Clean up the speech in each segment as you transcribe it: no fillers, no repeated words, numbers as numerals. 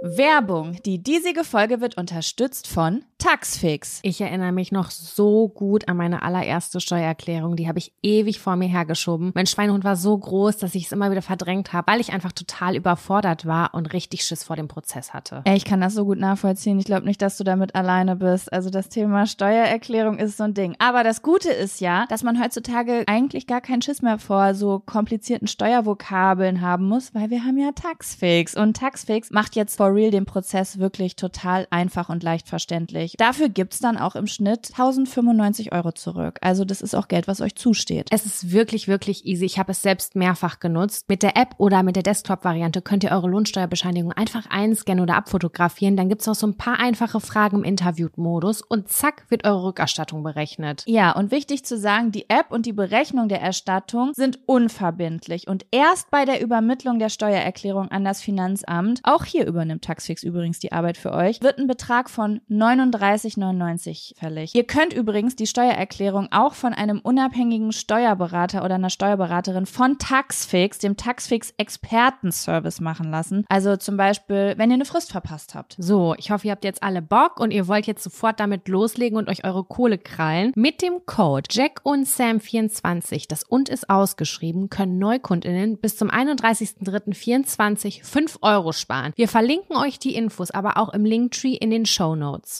Werbung. Die diesige Folge wird unterstützt von Taxfix. Ich erinnere mich noch so gut an meine allererste Steuererklärung. Die habe ich ewig vor mir hergeschoben. Mein Schweinehund war so groß, dass ich es immer wieder verdrängt habe, weil ich einfach total überfordert war und richtig Schiss vor dem Prozess hatte. Ich kann das so gut nachvollziehen. Ich glaube nicht, dass du damit alleine bist. Also das Thema Steuererklärung ist so ein Ding. Aber das Gute ist ja, dass man heutzutage eigentlich gar keinen Schiss mehr vor so komplizierten Steuervokabeln haben muss, weil wir haben ja Taxfix. Und Taxfix macht jetzt for real den Prozess wirklich total einfach und leicht verständlich. Dafür gibt's dann auch im Schnitt 1.095 € zurück. Also das ist auch Geld, was euch zusteht. Es ist wirklich, wirklich easy. Ich habe es selbst mehrfach genutzt. Mit der App oder mit der Desktop-Variante könnt ihr eure Lohnsteuerbescheinigung einfach einscannen oder abfotografieren. Dann gibt's noch so ein paar einfache Fragen im Interview-Modus und zack, wird eure Rückerstattung berechnet. Ja, und wichtig zu sagen, die App und die Berechnung der Erstattung sind unverbindlich. Und erst bei der Übermittlung der Steuererklärung an das Finanzamt, auch hier übernimmt Taxfix übrigens die Arbeit für euch, wird ein Betrag von 39,99 € fällig. Ihr könnt übrigens die Steuererklärung auch von einem unabhängigen Steuerberater oder einer Steuerberaterin von Taxfix, dem Taxfix Expertenservice machen lassen. Also zum Beispiel, wenn ihr eine Frist verpasst habt. So, ich hoffe, ihr habt jetzt alle Bock und ihr wollt jetzt sofort damit loslegen und euch eure Kohle krallen. Mit dem Code Jack und Sam 24, das und ist ausgeschrieben, können NeukundInnen bis zum 31.03.24 5 € sparen. Wir verlinken euch die Infos aber auch im Linktree in den Shownotes.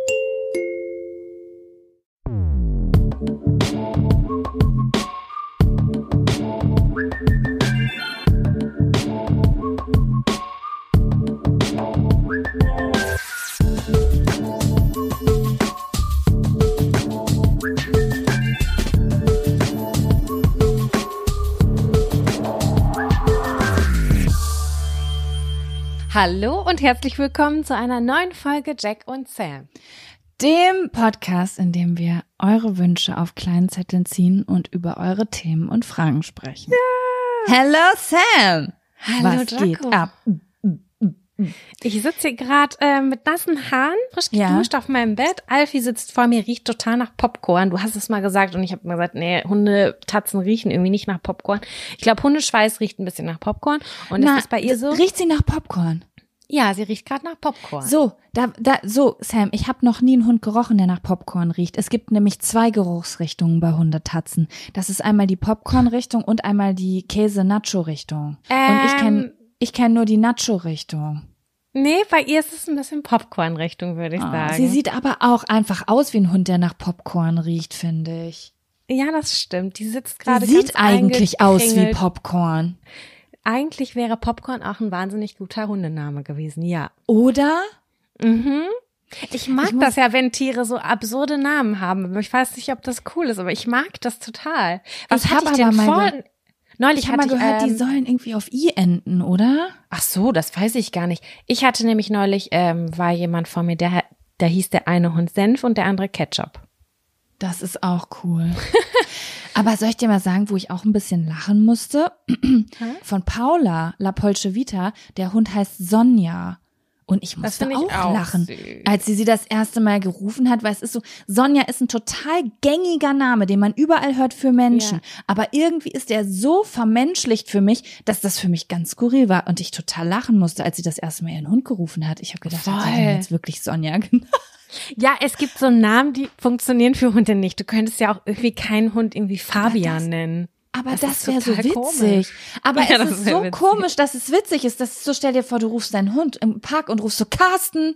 Hallo und herzlich willkommen zu einer neuen Folge Jack und Sam. Dem Podcast, in dem wir eure Wünsche auf kleinen Zetteln ziehen und über eure Themen und Fragen sprechen. Ja. Hello Sam! Hallo Was Jaco. geht ab? Ich sitze hier gerade mit nassen Haaren, frisch geduscht auf meinem Bett. Alfie sitzt vor mir, riecht total nach Popcorn. Du hast es mal gesagt und ich habe mal gesagt, nee, Hundetatzen riechen irgendwie nicht nach Popcorn. Ich glaube, Hundeschweiß riecht ein bisschen nach Popcorn. Und das ist bei ihr so. Riecht sie nach Popcorn? Ja, sie riecht gerade nach Popcorn. So, Sam, ich habe noch nie einen Hund gerochen, der nach Popcorn riecht. Es gibt nämlich 2 Geruchsrichtungen bei Hundetatzen. Das ist einmal die Popcorn-Richtung und einmal die Käse-Nacho-Richtung. Und ich kenn nur die Nacho-Richtung. Nee, bei ihr ist es ein bisschen Popcorn-Richtung, würde ich sagen. Sie sieht aber auch einfach aus wie ein Hund, der nach Popcorn riecht, finde ich. Ja, das stimmt. Die sitzt gerade. Sie sieht eigentlich aus wie Popcorn. Eigentlich wäre Popcorn auch ein wahnsinnig guter Hundename gewesen, ja. Oder? Mhm. Ich mag das ja, wenn Tiere so absurde Namen haben. Ich weiß nicht, ob das cool ist, aber ich mag das total. Was hatte ich denn vorhin? Neulich habe ich mal gehört, die sollen irgendwie auf I enden, oder? Ach so, das weiß ich gar nicht. Ich hatte nämlich neulich, war jemand vor mir, der hieß der eine Hund Senf und der andere Ketchup. Das ist auch cool. Aber soll ich dir mal sagen, wo ich auch ein bisschen lachen musste? Von Paula, La Polce Vita, der Hund heißt Sonja. Und ich musste auch lachen, süß, als sie das erste Mal gerufen hat, weil es ist so, Sonja ist ein total gängiger Name, den man überall hört für Menschen. Ja. Aber irgendwie ist der so vermenschlicht für mich, dass das für mich ganz skurril war und ich total lachen musste, als sie das erste Mal ihren Hund gerufen hat. Ich habe gedacht, hat sie denn jetzt wirklich Sonja genannt? Ja, es gibt so Namen, die funktionieren für Hunde nicht. Du könntest ja auch irgendwie keinen Hund irgendwie Fabian nennen. Aber das wäre so witzig. Komisch. Aber ja, es ist so komisch, dass es witzig ist. Das ist so, stell dir vor, du rufst deinen Hund im Park und rufst so, Carsten,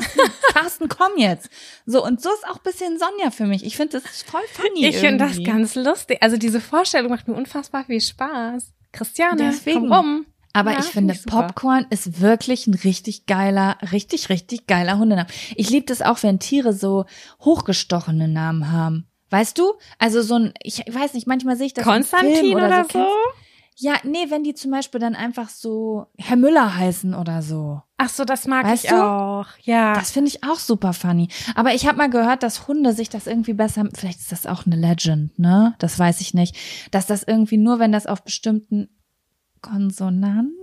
komm jetzt. So, und so ist auch ein bisschen Sonja für mich. Ich finde das voll funny. Ich finde das ganz lustig. Also diese Vorstellung macht mir unfassbar viel Spaß. Christiane, komm rum. Aber ja, ich finde, Popcorn ist wirklich ein richtig geiler Hundename. Ich liebe das auch, wenn Tiere so hochgestochene Namen haben. Weißt du? Also so ein, ich weiß nicht, manchmal sehe ich das Konstantin im Film oder so? Ja, nee, wenn die zum Beispiel dann einfach so Herr Müller heißen oder so. Ach so, das mag weißt ich du? auch. Ja. Das finde ich auch super funny. Aber ich habe mal gehört, dass Hunde sich das irgendwie besser, vielleicht ist das auch eine Legend, ne? Das weiß ich nicht. Dass das irgendwie nur, wenn das auf bestimmten Konsonanten?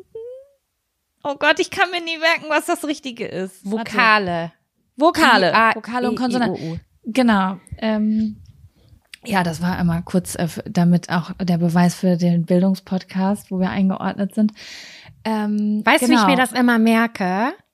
Oh Gott, ich kann mir nie merken, was das Richtige ist. Vokale und Konsonanten. Genau. Ja, das war einmal kurz, damit auch der Beweis für den Bildungspodcast, wo wir eingeordnet sind. Weißt du, wie ich mir das immer merke?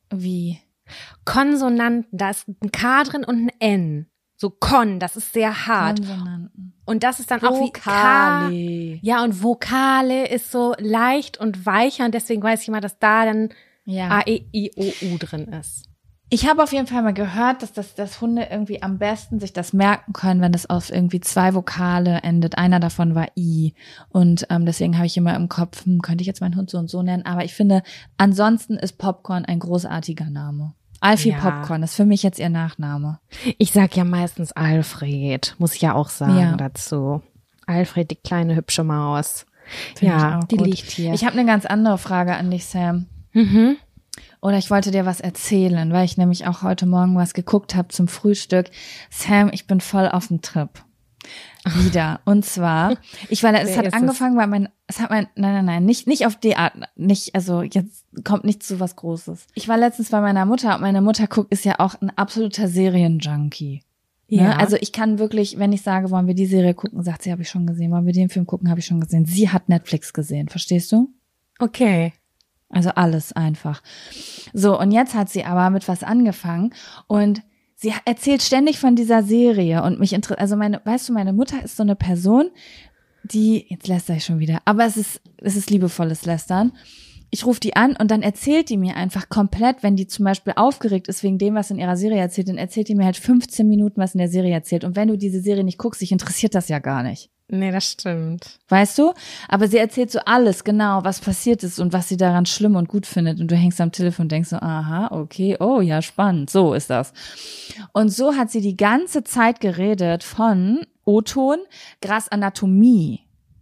Wie? Konsonanten, da ist ein K drin und ein N. So das ist sehr hart. Konsonanten. Und das ist dann Vokale. auch wie K. Ja, und Vokale ist so leicht und weicher und deswegen weiß ich immer, dass da dann A, E, I, O, U drin ist. Ich habe auf jeden Fall mal gehört, dass Hunde irgendwie am besten sich das merken können, wenn das auf irgendwie 2 Vokale endet. Einer davon war I. Und deswegen habe ich immer im Kopf, könnte ich jetzt meinen Hund so und so nennen. Aber ich finde, ansonsten ist Popcorn ein großartiger Name. Alfie Popcorn ist für mich jetzt ihr Nachname. Ich sag ja meistens Alfred, muss ich ja auch sagen dazu. Alfred, die kleine hübsche Maus. Find ich auch die gut. liegt hier. Ich habe eine ganz andere Frage an dich, Sam. Oder ich wollte dir was erzählen, weil ich nämlich auch heute Morgen was geguckt habe zum Frühstück. Sam, ich bin voll auf dem Trip. Wieder. Und zwar, es hat angefangen, weil nein, nicht auf die Art, nicht, also jetzt kommt nicht zu was Großes. Ich war letztens bei meiner Mutter und meine Mutter ist ja auch ein absoluter Serienjunkie. Ja. Ne? Also ich kann wirklich, wenn ich sage, wollen wir die Serie gucken, sagt sie, habe ich schon gesehen. Wollen wir den Film gucken, habe ich schon gesehen. Sie hat Netflix gesehen, verstehst du? Okay. Also alles einfach. So, und jetzt hat sie aber mit was angefangen und sie erzählt ständig von dieser Serie und mich interessiert, also meine Mutter ist so eine Person, die, jetzt lästere ich schon wieder, aber es ist liebevolles Lästern. Ich rufe die an und dann erzählt die mir einfach komplett, wenn die zum Beispiel aufgeregt ist wegen dem, was in ihrer Serie erzählt, dann erzählt die mir halt 15 Minuten, was in der Serie erzählt. Und wenn du diese Serie nicht guckst, dich interessiert das ja gar nicht. Nee, das stimmt. Weißt du? Aber sie erzählt so alles genau, was passiert ist und was sie daran schlimm und gut findet. Und du hängst am Telefon und denkst so, aha, okay, oh ja, spannend, so ist das. Und so hat sie die ganze Zeit geredet von O-Ton, Grey's Anatomie.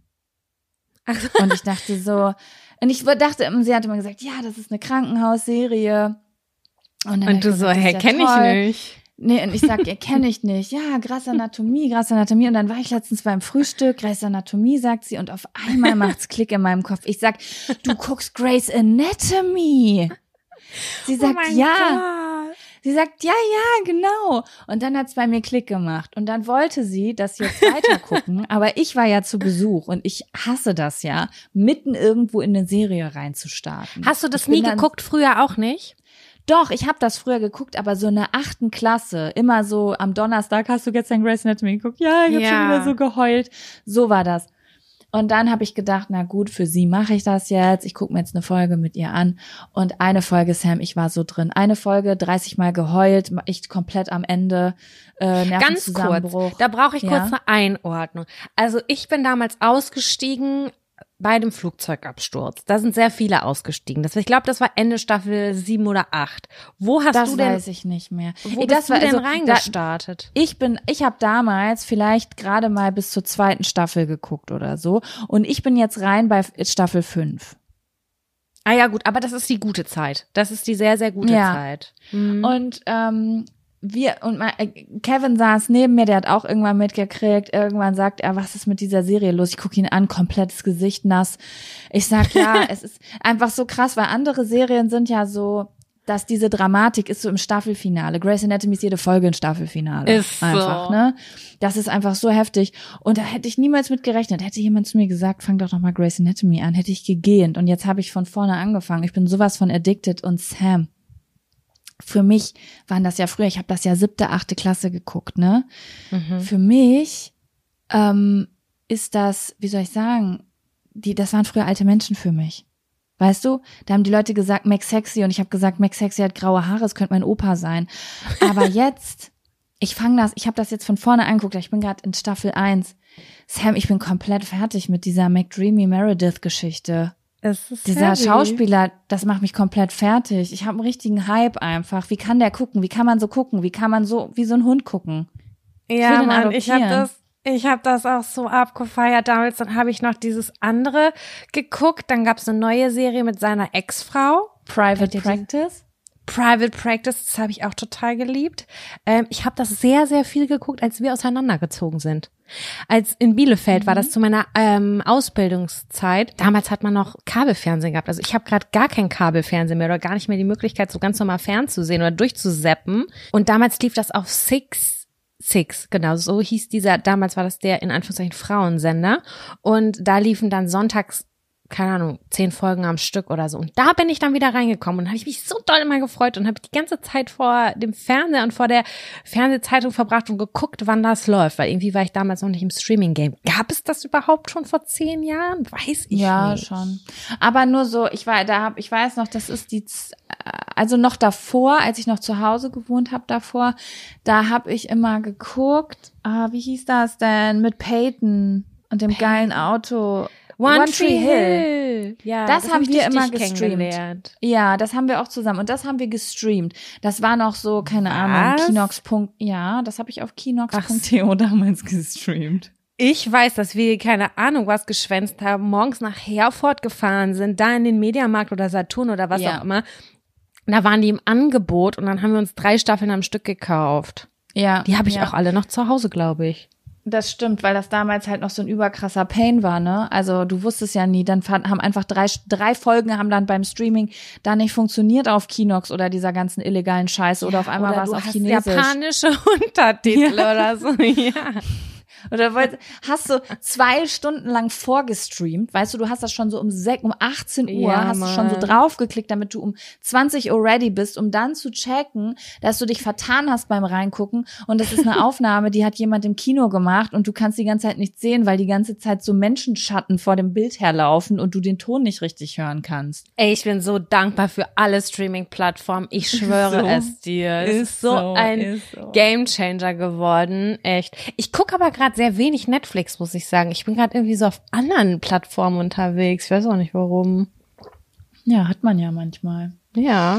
Und ich dachte so, sie hat immer gesagt, ja, das ist eine Krankenhausserie. Und du so, hey, kenn ich nicht. Nee, und ich sag, kenne ich nicht. Ja, Grey's Anatomie. Und dann war ich letztens beim Frühstück, Grey's Anatomie, sagt sie, und auf einmal macht's Klick in meinem Kopf. Ich sag, du guckst Grey's Anatomy. Sie sagt, ja. Gott. Sie sagt, ja, genau. Und dann hat's bei mir Klick gemacht. Und dann wollte sie das jetzt weiter gucken, aber ich war ja zu Besuch und ich hasse das ja, mitten irgendwo in eine Serie reinzustarten. Hast du das nie geguckt, früher auch nicht? Doch, ich habe das früher geguckt, aber so in der 8. Klasse, immer so am Donnerstag, hast du gestern Grey's Anatomy geguckt? Ja, ich habe schon wieder so geheult. So war das. Und dann habe ich gedacht, na gut, für sie mache ich das jetzt. Ich gucke mir jetzt eine Folge mit ihr an. Und eine Folge, Sam, ich war so drin. Eine Folge, 30 Mal geheult, ich komplett am Ende, Nervenzusammenbruch. Ganz kurz, da brauche ich kurz eine Einordnung. Also ich bin damals ausgestiegen bei dem Flugzeugabsturz. Da sind sehr viele ausgestiegen. Ich glaube, das war Ende Staffel 7 oder 8. Wo hast du denn? Das weiß ich nicht mehr. Wo bist du denn reingestartet? Ich habe damals vielleicht gerade mal bis zur 2. Staffel geguckt oder so. Und ich bin jetzt rein bei Staffel 5. Ah ja, gut, aber das ist die gute Zeit. Das ist die sehr, sehr gute Zeit. Mhm. Und Kevin saß neben mir, der hat auch irgendwann mitgekriegt, irgendwann sagt er, was ist mit dieser Serie los? Ich gucke ihn an, komplettes Gesicht nass. Ich sag, ja, es ist einfach so krass, weil andere Serien sind ja so, dass diese Dramatik ist so im Staffelfinale. Grey's Anatomy ist jede Folge ein Staffelfinale. Ist einfach, so. Ne? Das ist einfach so heftig. Und da hätte ich niemals mit gerechnet. Hätte jemand zu mir gesagt, fang doch noch mal Grey's Anatomy an, hätte ich gegähnt. Und jetzt habe ich von vorne angefangen. Ich bin sowas von addicted. Und Sam, für mich waren das ja früher, ich habe das ja 7., 8. Klasse geguckt, ne? Mhm. Für mich ist das, wie soll ich sagen, das waren früher alte Menschen für mich. Weißt du? Da haben die Leute gesagt, Mac Sexy, und ich habe gesagt, Mac Sexy hat graue Haare, es könnte mein Opa sein. Aber jetzt, ich habe das jetzt von vorne angeguckt, ich bin gerade in Staffel 1. Sam, ich bin komplett fertig mit dieser McDreamy Meredith-Geschichte. Dieser Schauspieler, das macht mich komplett fertig. Ich habe einen richtigen Hype einfach. Wie kann der gucken? Wie kann man so gucken? Wie kann man so wie so ein Hund gucken? Ja, Mann, ich habe das auch so abgefeiert damals. Dann habe ich noch dieses andere geguckt. Dann gab es eine neue Serie mit seiner Ex-Frau. Private Practice, das habe ich auch total geliebt. Ich habe das sehr, sehr viel geguckt, als wir auseinandergezogen sind. Als in Bielefeld war das zu meiner Ausbildungszeit. Damals hat man noch Kabelfernsehen gehabt. Also ich habe gerade gar kein Kabelfernsehen mehr oder gar nicht mehr die Möglichkeit, so ganz normal fernzusehen oder durchzuzappen. Und damals lief das auf Six, genau, so hieß dieser, damals war das der in Anführungszeichen Frauensender. Und da liefen dann sonntags keine Ahnung, 10 Folgen am Stück oder so. Und da bin ich dann wieder reingekommen und habe ich mich so doll immer gefreut und habe die ganze Zeit vor dem Fernseher und vor der Fernsehzeitung verbracht und geguckt, wann das läuft, weil irgendwie war ich damals noch nicht im Streaming-Game. Gab es das überhaupt schon vor 10 Jahren? Weiß ich nicht. Ja, schon. Aber nur so, ich weiß noch, das ist also noch davor, als ich noch zu Hause gewohnt habe davor, da habe ich immer geguckt, wie hieß das denn, mit Peyton und dem geilen Auto. One Tree Hill. Ja, das haben wir immer gestreamt. gestreamt. Ja, das haben wir auch zusammen und das haben wir gestreamt. Das war noch so, keine Ahnung, Kinox. Ja, das habe ich auf kinox.to damals gestreamt. Ich weiß, dass wir, keine Ahnung, was geschwänzt haben, morgens nach Herford gefahren sind, da in den Mediamarkt oder Saturn oder was auch immer. Da waren die im Angebot und dann haben wir uns 3 Staffeln am Stück gekauft. Ja. Die habe ich auch alle noch zu Hause, glaube ich. Das stimmt, weil das damals halt noch so ein überkrasser Pain war, ne? Also du wusstest ja nie, dann haben einfach drei Folgen haben dann beim Streaming da nicht funktioniert auf Kinox oder dieser ganzen illegalen Scheiße oder auf einmal war es auf Chinesisch. Japanische Untertitel oder so, ja. Oder hast du 2 Stunden lang vorgestreamt, weißt du hast das schon so um 18 Uhr, hast du schon so draufgeklickt, damit du um 20 Uhr ready bist, um dann zu checken, dass du dich vertan hast beim Reingucken und das ist eine Aufnahme, die hat jemand im Kino gemacht und du kannst die ganze Zeit nichts sehen, weil die ganze Zeit so Menschenschatten vor dem Bild herlaufen und du den Ton nicht richtig hören kannst. Ey, ich bin so dankbar für alle Streaming-Plattformen, ich schwöre es dir. Es ist so ein Gamechanger geworden, echt. Ich gucke aber gerade sehr wenig Netflix, muss ich sagen. Ich bin gerade irgendwie so auf anderen Plattformen unterwegs. Ich weiß auch nicht, warum. Ja, hat man ja manchmal. Ja.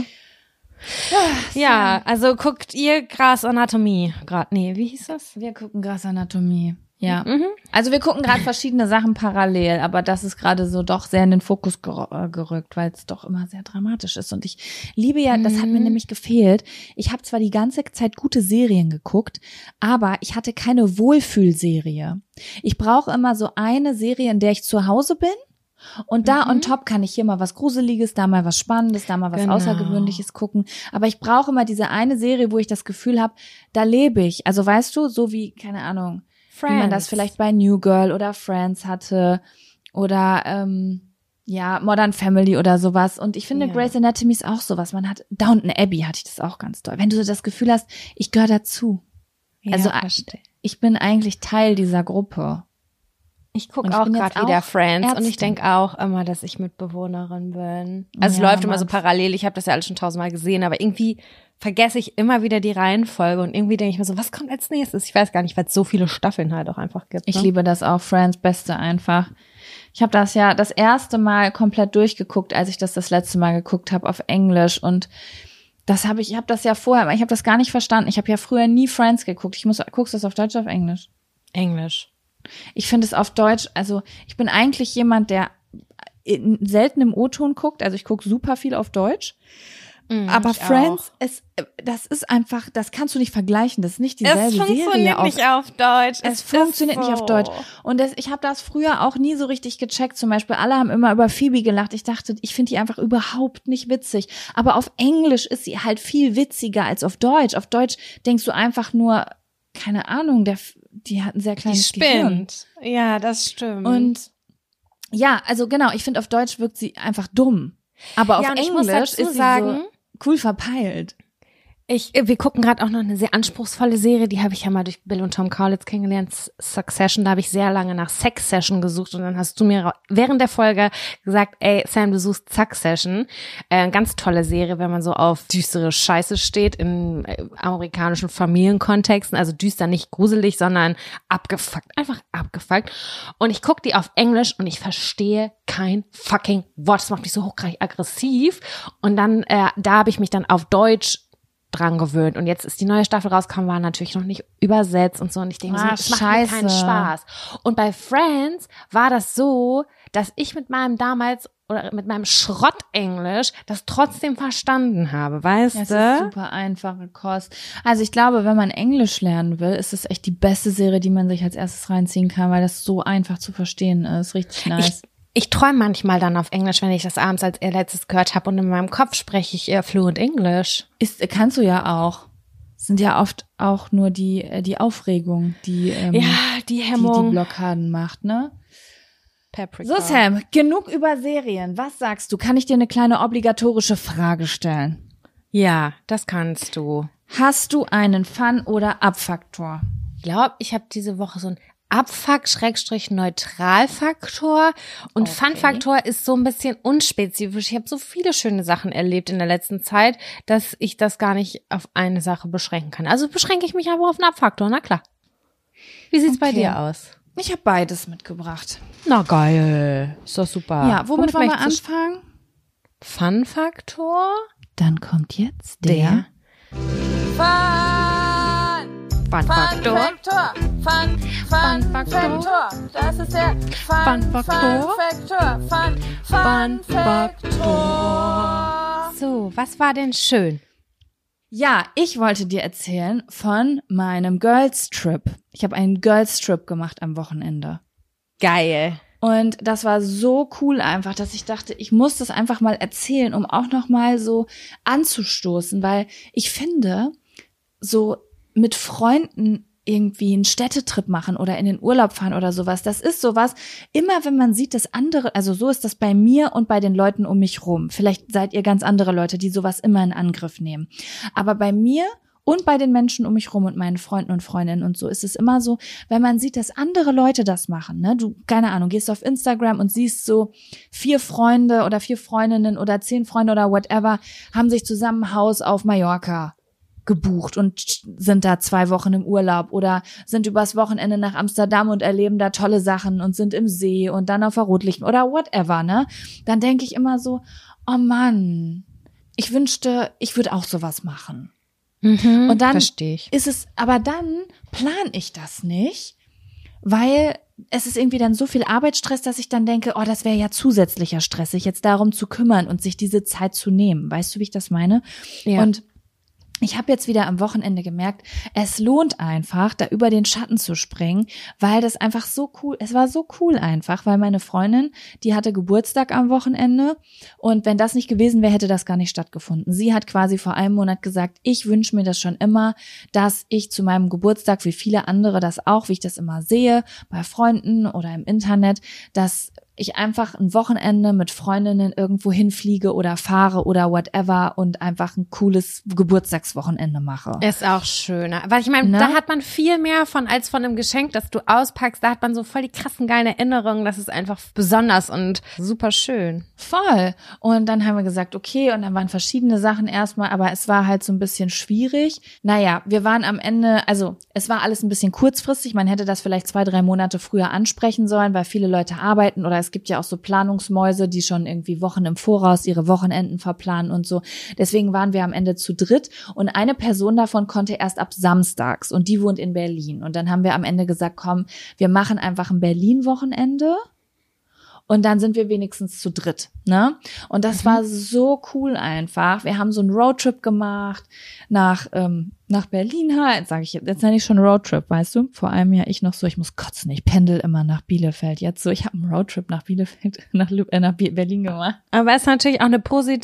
Ja, also guckt ihr Grey's Anatomy gerade? Nee, wie hieß das? Wir gucken Grey's Anatomy. Ja. Also wir gucken gerade verschiedene Sachen parallel, aber das ist gerade so doch sehr in den Fokus gerückt, weil es doch immer sehr dramatisch ist. Und ich liebe ja, das hat mir nämlich gefehlt. Ich habe zwar die ganze Zeit gute Serien geguckt, aber ich hatte keine Wohlfühlserie. Ich brauche immer so eine Serie, in der ich zu Hause bin. Und da on top kann ich hier mal was Gruseliges, da mal was Spannendes, da mal was Außergewöhnliches gucken. Aber ich brauche immer diese eine Serie, wo ich das Gefühl habe, da lebe ich. Also weißt du, so wie, keine Ahnung, Friends. Wie man das vielleicht bei New Girl oder Friends hatte oder Modern Family oder sowas. Und ich finde, Grey's Anatomy ist auch sowas. Man hat Downton Abbey hatte ich das auch ganz doll. Wenn du das Gefühl hast, ich gehöre dazu. Ja, also ich bin eigentlich Teil dieser Gruppe. Ich gucke auch gerade wieder Friends und ich denke auch immer, dass ich Mitbewohnerin bin. Also es läuft immer so parallel, ich habe das ja alles schon 1000-mal gesehen, aber irgendwie vergesse ich immer wieder die Reihenfolge und irgendwie denke ich mir so, was kommt als nächstes? Ich weiß gar nicht, weil es so viele Staffeln halt auch einfach gibt. Ich liebe das auch, Friends, Beste einfach. Ich habe das ja das erste Mal komplett durchgeguckt, als ich das letzte Mal geguckt habe auf Englisch und ich habe das ja vorher, ich habe das gar nicht verstanden. Ich habe ja früher nie Friends geguckt. Guckst du das auf Deutsch oder auf Englisch? Englisch. Ich finde es auf Deutsch, also ich bin eigentlich jemand, der selten im O-Ton guckt, also ich gucke super viel auf Deutsch, aber Friends, das ist einfach, das kannst du nicht vergleichen, das ist nicht dieselbe Serie. Es funktioniert nicht auf Deutsch. Es funktioniert nicht auf Deutsch und ich habe das früher auch nie so richtig gecheckt, zum Beispiel alle haben immer über Phoebe gelacht, ich dachte, ich finde die einfach überhaupt nicht witzig, aber auf Englisch ist sie halt viel witziger als auf Deutsch denkst du einfach nur, keine Ahnung, die hat ein sehr kleines Gehirn. Ja, das stimmt. Und ja, also genau, ich finde, auf Deutsch wirkt sie einfach dumm. Aber auf Englisch ist sie so cool verpeilt. Wir gucken gerade auch noch eine sehr anspruchsvolle Serie, die habe ich ja mal durch Bill und Tom Kaulitz kennengelernt, Succession, da habe ich sehr lange nach Sex Session gesucht und dann hast du mir während der Folge gesagt, ey Sam, du suchst Succession, ganz tolle Serie, wenn man so auf düstere Scheiße steht in amerikanischen Familienkontexten, also düster, nicht gruselig, sondern abgefuckt, einfach abgefuckt und ich gucke die auf Englisch und ich verstehe kein fucking Wort, das macht mich so hochgradig aggressiv und dann, da habe ich mich dann auf Deutsch dran gewöhnt und jetzt ist die neue Staffel rausgekommen, war natürlich noch nicht übersetzt und so und ich denke, das macht mir keinen Spaß. Und bei Friends war das so, dass ich mit meinem Schrott-Englisch das trotzdem verstanden habe, weißt du? Das ist super einfache Kost. Also ich glaube, wenn man Englisch lernen will, ist es echt die beste Serie, die man sich als erstes reinziehen kann, weil das so einfach zu verstehen ist. Richtig nice. Ich träume manchmal dann auf Englisch, wenn ich das abends als letztes gehört habe und in meinem Kopf spreche ich fluent Englisch. Kannst du ja auch. Sind ja oft auch nur die Aufregung, die die Hemmung, die Blockaden macht, ne? Paprika. So, Sam, genug über Serien. Was sagst du? Kann ich dir eine kleine obligatorische Frage stellen? Ja, das kannst du. Hast du einen Fun- oder Abfaktor? Ich glaube, ich habe diese Woche so einen Abfuck-Neutralfaktor und Okay. Fun-Faktor ist so ein bisschen unspezifisch. Ich habe so viele schöne Sachen erlebt in der letzten Zeit, dass ich das gar nicht auf eine Sache beschränken kann. Also beschränke ich mich einfach auf einen Abfaktor, na klar. Wie sieht's bei dir aus? Ich habe beides mitgebracht. Na geil, ist doch super. Ja, womit wollen wir möchtest anfangen? du- Fun-Faktor? Dann kommt jetzt der Fun-Faktor. Fun-Faktor. Das ist der Fun-Faktor. Fun-Faktor. So, was war denn schön? Ja, ich wollte dir erzählen von meinem Girls Trip. Ich habe einen Girls Trip gemacht am Wochenende. Geil. Und das war so cool einfach, dass ich dachte, ich muss das einfach mal erzählen, um auch noch mal so anzustoßen, weil ich finde, so mit Freunden irgendwie einen Städtetrip machen oder in den Urlaub fahren oder sowas, das ist sowas, immer wenn man sieht, dass andere, also so ist das bei mir und bei den Leuten um mich rum. Vielleicht seid ihr ganz andere Leute, die sowas immer in Angriff nehmen. Aber bei mir und bei den Menschen um mich rum und meinen Freunden und Freundinnen und so ist es immer so, wenn man sieht, dass andere Leute das machen, ne? Du, keine Ahnung, gehst auf Instagram und siehst so 4 Freunde oder 4 Freundinnen oder 10 Freunde oder whatever, haben sich zusammen ein Haus auf Mallorca gebucht und sind da 2 Wochen im Urlaub oder sind übers Wochenende nach Amsterdam und erleben da tolle Sachen und sind im See und dann auf der Rotlicht oder whatever, ne? Dann denke ich immer so, oh Mann, ich wünschte, ich würde auch sowas machen. Und dann Verstehe ich. ist es, aber dann plane ich das nicht, weil es ist irgendwie dann so viel Arbeitsstress, dass ich dann denke, oh, das wäre ja zusätzlicher Stress, sich jetzt darum zu kümmern und sich diese Zeit zu nehmen. Weißt du, wie ich das meine? Ja. Und ich habe jetzt wieder am Wochenende gemerkt, es lohnt einfach, da über den Schatten zu springen, weil das einfach so cool, es war so cool einfach, weil meine Freundin, die hatte Geburtstag am Wochenende und wenn das nicht gewesen wäre, hätte das gar nicht stattgefunden. Sie hat quasi vor einem Monat gesagt, ich wünsche mir das schon immer, dass ich zu meinem Geburtstag, wie viele andere das auch, wie ich das immer sehe, bei Freunden oder im Internet, dass ich einfach ein Wochenende mit Freundinnen irgendwo hinfliege oder fahre oder whatever und einfach ein cooles Geburtstagswochenende mache. Ist auch schöner. Weil ich meine, Ne? da hat man viel mehr von als von einem Geschenk, das du auspackst. Da hat man so voll die krassen geilen Erinnerungen. Das ist einfach besonders und super schön. Voll. Und dann haben wir gesagt, okay, und dann waren verschiedene Sachen erstmal, aber es war halt so ein bisschen schwierig. Naja, wir waren am Ende, also es war alles ein bisschen kurzfristig. Man hätte das vielleicht 2, 3 Monate früher ansprechen sollen, weil viele Leute arbeiten oder es gibt ja auch so Planungsmäuse, die schon irgendwie Wochen im Voraus ihre Wochenenden verplanen und so. Deswegen waren wir am Ende zu dritt und eine Person davon konnte erst ab samstags und die wohnt in Berlin. Und dann haben wir am Ende gesagt, komm, wir machen einfach ein Berlin-Wochenende. Und dann sind wir wenigstens zu dritt, ne? Und das war so cool einfach. Wir haben so einen Roadtrip gemacht nach Berlin halt. Sage ich jetzt nenne ich schon Roadtrip, weißt du? Vor einem Jahr ich noch so, ich muss kotzen, ich pendel immer nach Bielefeld. Jetzt so, ich habe einen Roadtrip nach Bielefeld, nach Berlin gemacht. Aber es ist natürlich auch ein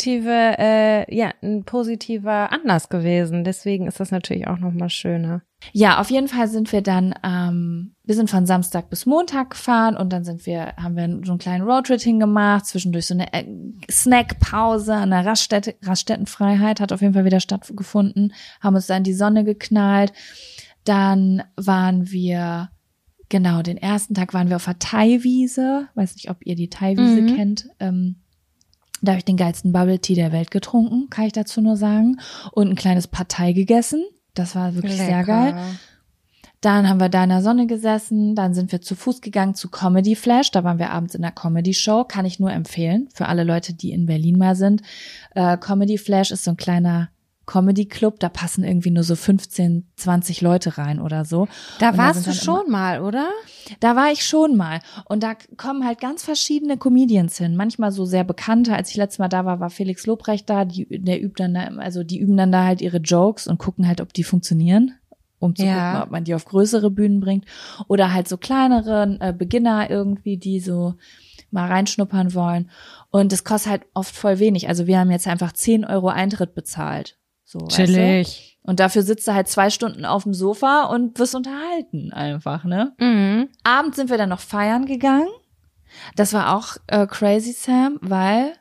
positiver Anlass gewesen. Deswegen ist das natürlich auch nochmal schöner. Ja, auf jeden Fall sind wir dann, wir sind von Samstag bis Montag gefahren und dann haben wir so einen kleinen Roadtrip hingemacht, zwischendurch so eine Snackpause an der Raststättenfreiheit, hat auf jeden Fall wieder stattgefunden, haben uns dann die Sonne geknallt. Dann waren wir, genau, den ersten Tag waren wir auf der Thai-Wiese, weiß nicht, ob ihr die Thai-Wiese kennt, da habe ich den geilsten Bubble Tea der Welt getrunken, kann ich dazu nur sagen, und ein kleines Pad Thai gegessen. Das war wirklich sehr geil. Dann haben wir da in der Sonne gesessen, dann sind wir zu Fuß gegangen zu Comedy Flash, da waren wir abends in der Comedy Show, kann ich nur empfehlen, für alle Leute, die in Berlin mal sind. Comedy Flash ist so ein kleiner Comedy Club, da passen irgendwie nur so 15, 20 Leute rein oder so. Da Und warst sind du dann schon mal, oder? Da war ich schon mal. Und da kommen halt ganz verschiedene Comedians hin. Manchmal so sehr bekannte. Als ich letztes Mal da war Felix Lobrecht da. Die üben dann da halt ihre Jokes und gucken halt, ob die funktionieren. Um zu gucken, ob man die auf größere Bühnen bringt. Oder halt so kleinere Beginner irgendwie, die so mal reinschnuppern wollen. Und das kostet halt oft voll wenig. Also wir haben jetzt einfach 10 € Eintritt bezahlt. So, Chillig. Weißt du? Und dafür sitzt du halt 2 Stunden auf dem Sofa und wirst unterhalten einfach, ne? Mhm. Abends sind wir dann noch feiern gegangen. Das war auch crazy, Sam, weil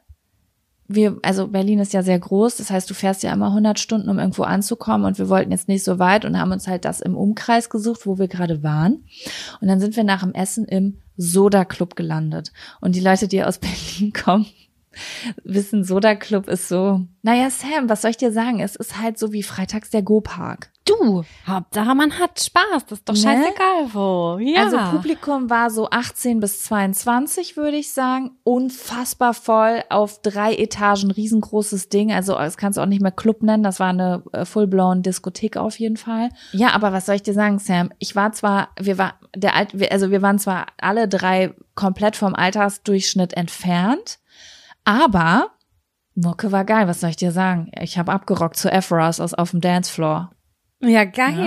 also Berlin ist ja sehr groß, das heißt, du fährst ja immer 100 Stunden, um irgendwo anzukommen und wir wollten jetzt nicht so weit und haben uns halt das im Umkreis gesucht, wo wir gerade waren. Und dann sind wir nach dem Essen im Soda Club gelandet. Und die Leute, die aus Berlin kommen, wissen, Soda Club ist so, naja, Sam, was soll ich dir sagen? Es ist halt so wie freitags der Go-Park. Du, Hauptsache man hat Spaß, das ist doch scheißegal wo. Ja. Also Publikum war so 18 bis 22, würde ich sagen. Unfassbar voll, auf 3 Etagen, riesengroßes Ding. Also das kannst du auch nicht mehr Club nennen, das war eine full-blown Diskothek auf jeden Fall. Ja, aber was soll ich dir sagen, Sam? Wir waren zwar alle 3 komplett vom Altersdurchschnitt entfernt, aber Mucke war geil, was soll ich dir sagen? Ich habe abgerockt zu Efros auf dem Dancefloor. Ja, geil.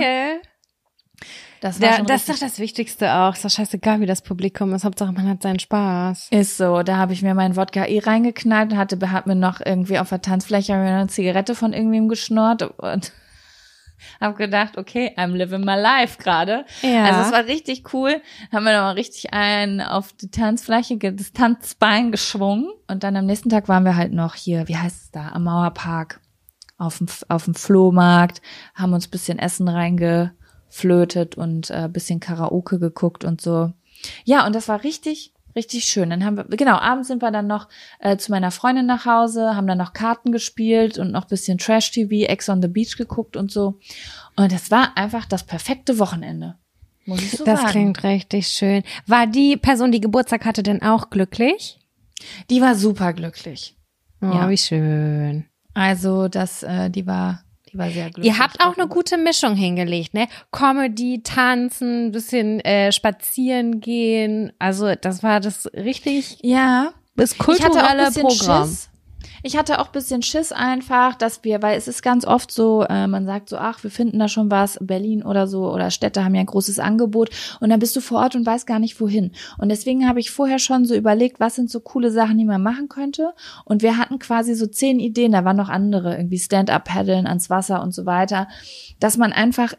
Ja. Das ist doch das Wichtigste auch. Ist doch scheißegal, wie das Publikum ist. Hauptsache, man hat seinen Spaß. Ist so. Da habe ich mir meinen Wodka reingeknallt und hat mir noch irgendwie auf der Tanzfläche eine Zigarette von irgendwem geschnurrt und habe gedacht, okay, I'm living my life gerade. Ja. Also es war richtig cool. Haben wir nochmal richtig einen auf die Tanzfläche, das Tanzbein geschwungen. Und dann am nächsten Tag waren wir halt noch hier, wie heißt es da, am Mauerpark. Auf dem Flohmarkt, haben uns ein bisschen Essen reingeflötet und ein bisschen Karaoke geguckt und so. Ja, und das war richtig, richtig schön. Dann abends sind wir dann noch zu meiner Freundin nach Hause, haben dann noch Karten gespielt und noch ein bisschen Trash-TV, Ex on the Beach geguckt und so. Und das war einfach das perfekte Wochenende, muss ich so sagen. Das klingt richtig schön. War die Person, die Geburtstag hatte, denn auch glücklich? Die war super glücklich. Oh, ja. Wie schön. Also die war sehr glücklich. Ihr habt auch eine gute Mischung hingelegt, ne? Comedy, Tanzen, bisschen spazieren gehen. Also das war das richtig. Ja. Das kulturelle Programm. Ich hatte auch ein bisschen Schiss einfach, weil es ist ganz oft so, man sagt so, ach, wir finden da schon was, Berlin oder so, oder Städte haben ja ein großes Angebot und dann bist du vor Ort und weißt gar nicht wohin. Und deswegen habe ich vorher schon so überlegt, was sind so coole Sachen, die man machen könnte. Und wir hatten quasi so 10 Ideen, da waren noch andere, irgendwie Stand-up-Paddeln ans Wasser und so weiter, dass man einfach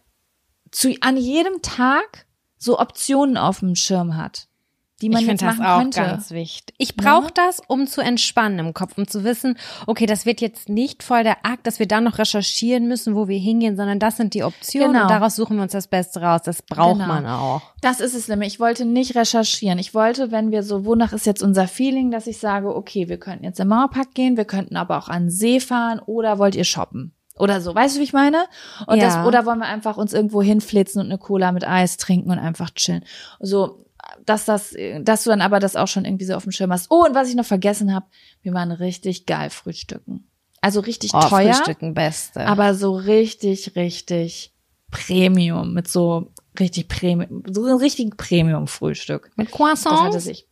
an jedem Tag so Optionen auf dem Schirm hat, die man jetzt machen könnte. Ich finde das auch ganz wichtig. Ich brauche das, um zu entspannen im Kopf, um zu wissen, okay, das wird jetzt nicht voll der Akt, dass wir dann noch recherchieren müssen, wo wir hingehen, sondern das sind die Optionen und daraus suchen wir uns das Beste raus. Das braucht man auch. Das ist es nämlich. Ich wollte nicht recherchieren. Ich wollte, wenn wir so, wonach ist jetzt unser Feeling, dass ich sage, okay, wir könnten jetzt im Mauerpark gehen, wir könnten aber auch an den See fahren oder wollt ihr shoppen? Oder so, weißt du, wie ich meine? Und oder wollen wir einfach uns irgendwo hinflitzen und eine Cola mit Eis trinken und einfach chillen? So, dass du dann aber das auch schon irgendwie so auf dem Schirm hast. Oh, und was ich noch vergessen habe, wir waren richtig geil frühstücken. Also richtig teuer. Frühstücken beste. Aber so richtig, richtig Premium, mit so richtig Premium, so ein richtigen Premium-Frühstück. Mit Croissants? Das hatte sich.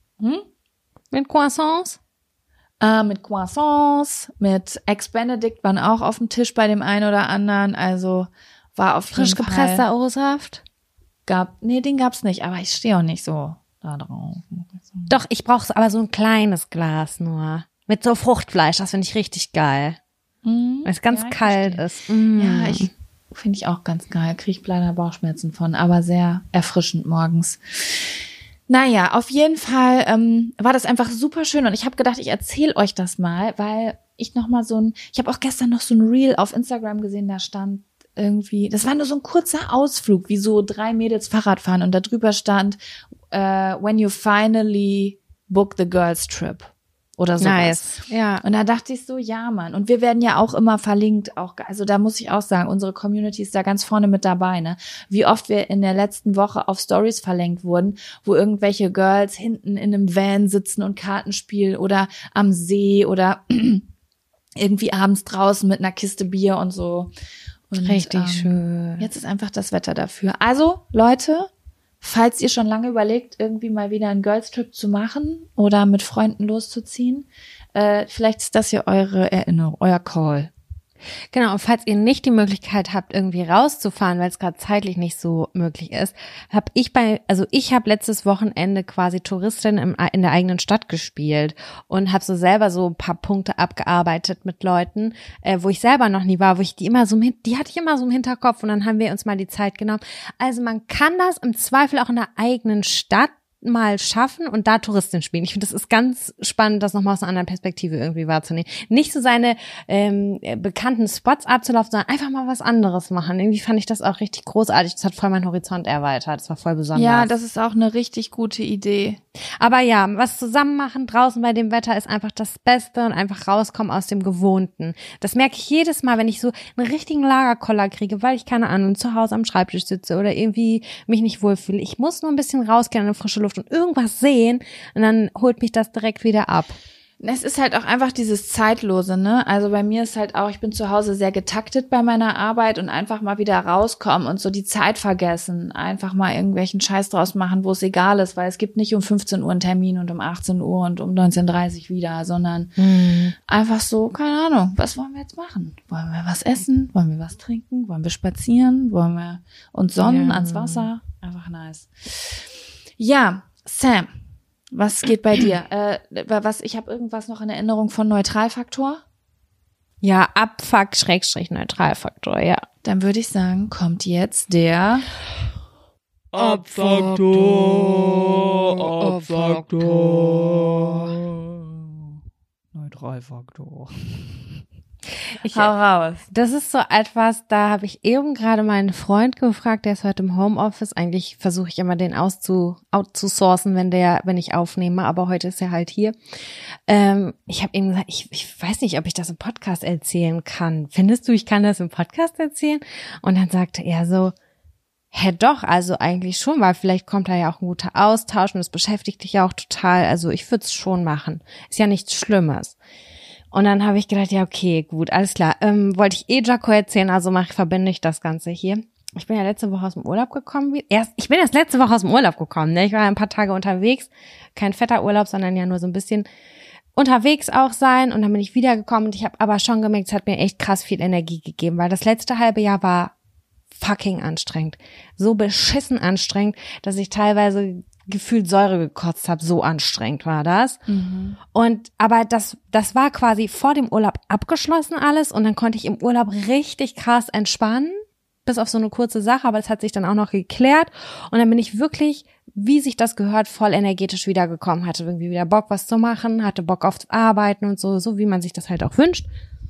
Mit Croissants? Mit Croissants, mit Ex-Benedict waren auch auf dem Tisch bei dem einen oder anderen, also war auf jeden Fall. Frisch gepresster O-Saft? Den gab's nicht, aber ich stehe auch nicht so da drauf. Doch, ich brauche aber so ein kleines Glas nur. Mit so Fruchtfleisch, das finde ich richtig geil. Weil es ganz kalt ist. Ja, finde ich auch ganz geil. Kriege ich leider Bauchschmerzen von, aber sehr erfrischend morgens. Naja, auf jeden Fall war das einfach super schön und ich habe gedacht, ich erzähle euch das mal, weil ich habe auch gestern noch so ein Reel auf Instagram gesehen, da stand irgendwie, das war nur so ein kurzer Ausflug, wie so 3 Mädels Fahrrad fahren und da drüber stand, when you finally book the girls trip oder sowas. Nice, ja. Und da dachte ich so, ja Mann, und wir werden ja auch immer verlinkt, also da muss ich auch sagen, unsere Community ist da ganz vorne mit dabei, ne? Wie oft wir in der letzten Woche auf Stories verlinkt wurden, wo irgendwelche Girls hinten in einem Van sitzen und Karten spielen oder am See oder irgendwie abends draußen mit einer Kiste Bier und so. Und, richtig schön. Jetzt ist einfach das Wetter dafür. Also, Leute, falls ihr schon lange überlegt, irgendwie mal wieder einen Girls-Trip zu machen oder mit Freunden loszuziehen, vielleicht ist das ja eure Erinnerung, euer Call. Genau, und falls ihr nicht die Möglichkeit habt, irgendwie rauszufahren, weil es gerade zeitlich nicht so möglich ist, ich habe letztes Wochenende quasi Touristin in der eigenen Stadt gespielt und habe so selber so ein paar Punkte abgearbeitet mit Leuten, wo ich selber noch nie war, wo ich die hatte ich immer so im Hinterkopf und dann haben wir uns mal die Zeit genommen. Also man kann das im Zweifel auch in der eigenen Stadt mal schaffen und da Touristin spielen. Ich finde, das ist ganz spannend, das nochmal aus einer anderen Perspektive irgendwie wahrzunehmen. Nicht so seine bekannten Spots abzulaufen, sondern einfach mal was anderes machen. Irgendwie fand ich das auch richtig großartig. Das hat voll meinen Horizont erweitert. Das war voll besonders. Ja, das ist auch eine richtig gute Idee. Aber ja, was zusammen machen draußen bei dem Wetter ist einfach das Beste und einfach rauskommen aus dem Gewohnten. Das merke ich jedes Mal, wenn ich so einen richtigen Lagerkoller kriege, weil ich, keine Ahnung, zu Hause am Schreibtisch sitze oder irgendwie mich nicht wohlfühle. Ich muss nur ein bisschen rausgehen an eine frische Luft und irgendwas sehen und dann holt mich das direkt wieder ab. Es ist halt auch einfach dieses Zeitlose, ne? Also bei mir ist halt auch, ich bin zu Hause sehr getaktet bei meiner Arbeit und einfach mal wieder rauskommen und so die Zeit vergessen. Einfach mal irgendwelchen Scheiß draus machen, wo es egal ist, weil es gibt nicht um 15 Uhr einen Termin und um 18 Uhr und um 19:30 wieder, sondern einfach so, keine Ahnung, was wollen wir jetzt machen? Wollen wir was essen? Wollen wir was trinken? Wollen wir spazieren? Wollen wir uns sonnen ans Wasser? Einfach nice. Ja, Sam. Was geht bei dir? Ich habe irgendwas noch in Erinnerung von Neutralfaktor? Ja, Abfuck / Neutralfaktor, ja. Dann würde ich sagen, kommt jetzt der Abfaktor. Neutralfaktor. Hau raus. Das ist so etwas, da habe ich eben gerade meinen Freund gefragt, der ist heute im Homeoffice. Eigentlich versuche ich immer den outzusourcen, wenn ich aufnehme, aber heute ist er halt hier. Ich habe ihm gesagt, ich weiß nicht, ob ich das im Podcast erzählen kann. Findest du, ich kann das im Podcast erzählen? Und dann sagte er so, doch, also eigentlich schon, weil vielleicht kommt da ja auch ein guter Austausch und es beschäftigt dich ja auch total. Also ich würde es schon machen. Ist ja nichts Schlimmes. Und dann habe ich gedacht, ja, okay, gut, alles klar. Wollte ich Jaco erzählen, also verbinde ich das Ganze hier. Ich bin ja letzte Woche aus dem Urlaub gekommen. Ich bin erst letzte Woche aus dem Urlaub gekommen, ne? Ich war ein paar Tage unterwegs. Kein fetter Urlaub, sondern ja nur so ein bisschen unterwegs auch sein. Und dann bin ich wiedergekommen und ich habe aber schon gemerkt, es hat mir echt krass viel Energie gegeben, weil das letzte halbe Jahr war fucking anstrengend. So beschissen anstrengend, dass ich teilweise gefühlt Säure gekotzt habe, so anstrengend war das. Und aber das war quasi vor dem Urlaub abgeschlossen alles und dann konnte ich im Urlaub richtig krass entspannen, bis auf so eine kurze Sache, aber das hat sich dann auch noch geklärt und dann bin ich wirklich, wie sich das gehört, voll energetisch wiedergekommen, hatte irgendwie wieder Bock, was zu machen, hatte Bock auf Arbeiten und so wie man sich das halt auch wünscht.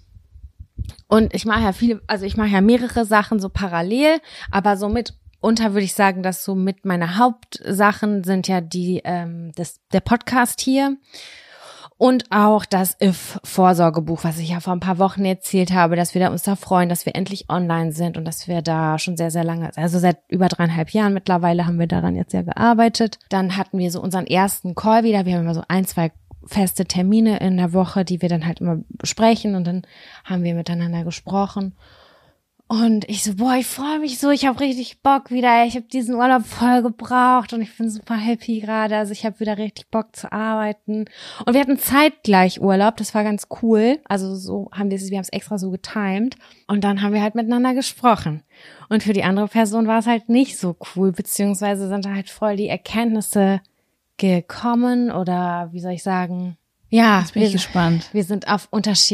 Und ich mache ja mehrere Sachen so parallel, aber so mitunter würde ich sagen, dass so mit meine Hauptsachen sind ja der Podcast hier und auch das IF-Vorsorgebuch, was ich ja vor ein paar Wochen erzählt habe, dass wir uns da freuen, dass wir endlich online sind und dass wir da schon sehr, sehr lange, also seit über 3,5 Jahren mittlerweile haben wir daran jetzt ja gearbeitet. Dann hatten wir so unseren ersten Call wieder, wir haben immer so 1-2 feste Termine in der Woche, die wir dann halt immer besprechen und dann haben wir miteinander gesprochen. Und ich so, ich freue mich so, ich habe richtig Bock wieder, ich habe diesen Urlaub voll gebraucht und ich bin super happy gerade, also ich habe wieder richtig Bock zu arbeiten. Und wir hatten zeitgleich Urlaub, das war ganz cool, also so haben wir haben es extra so getimed und dann haben wir halt miteinander gesprochen. Und für die andere Person war es halt nicht so cool, beziehungsweise sind da halt voll die Erkenntnisse gekommen oder wie soll ich sagen, ja, jetzt bin ich gespannt. Wir sind auf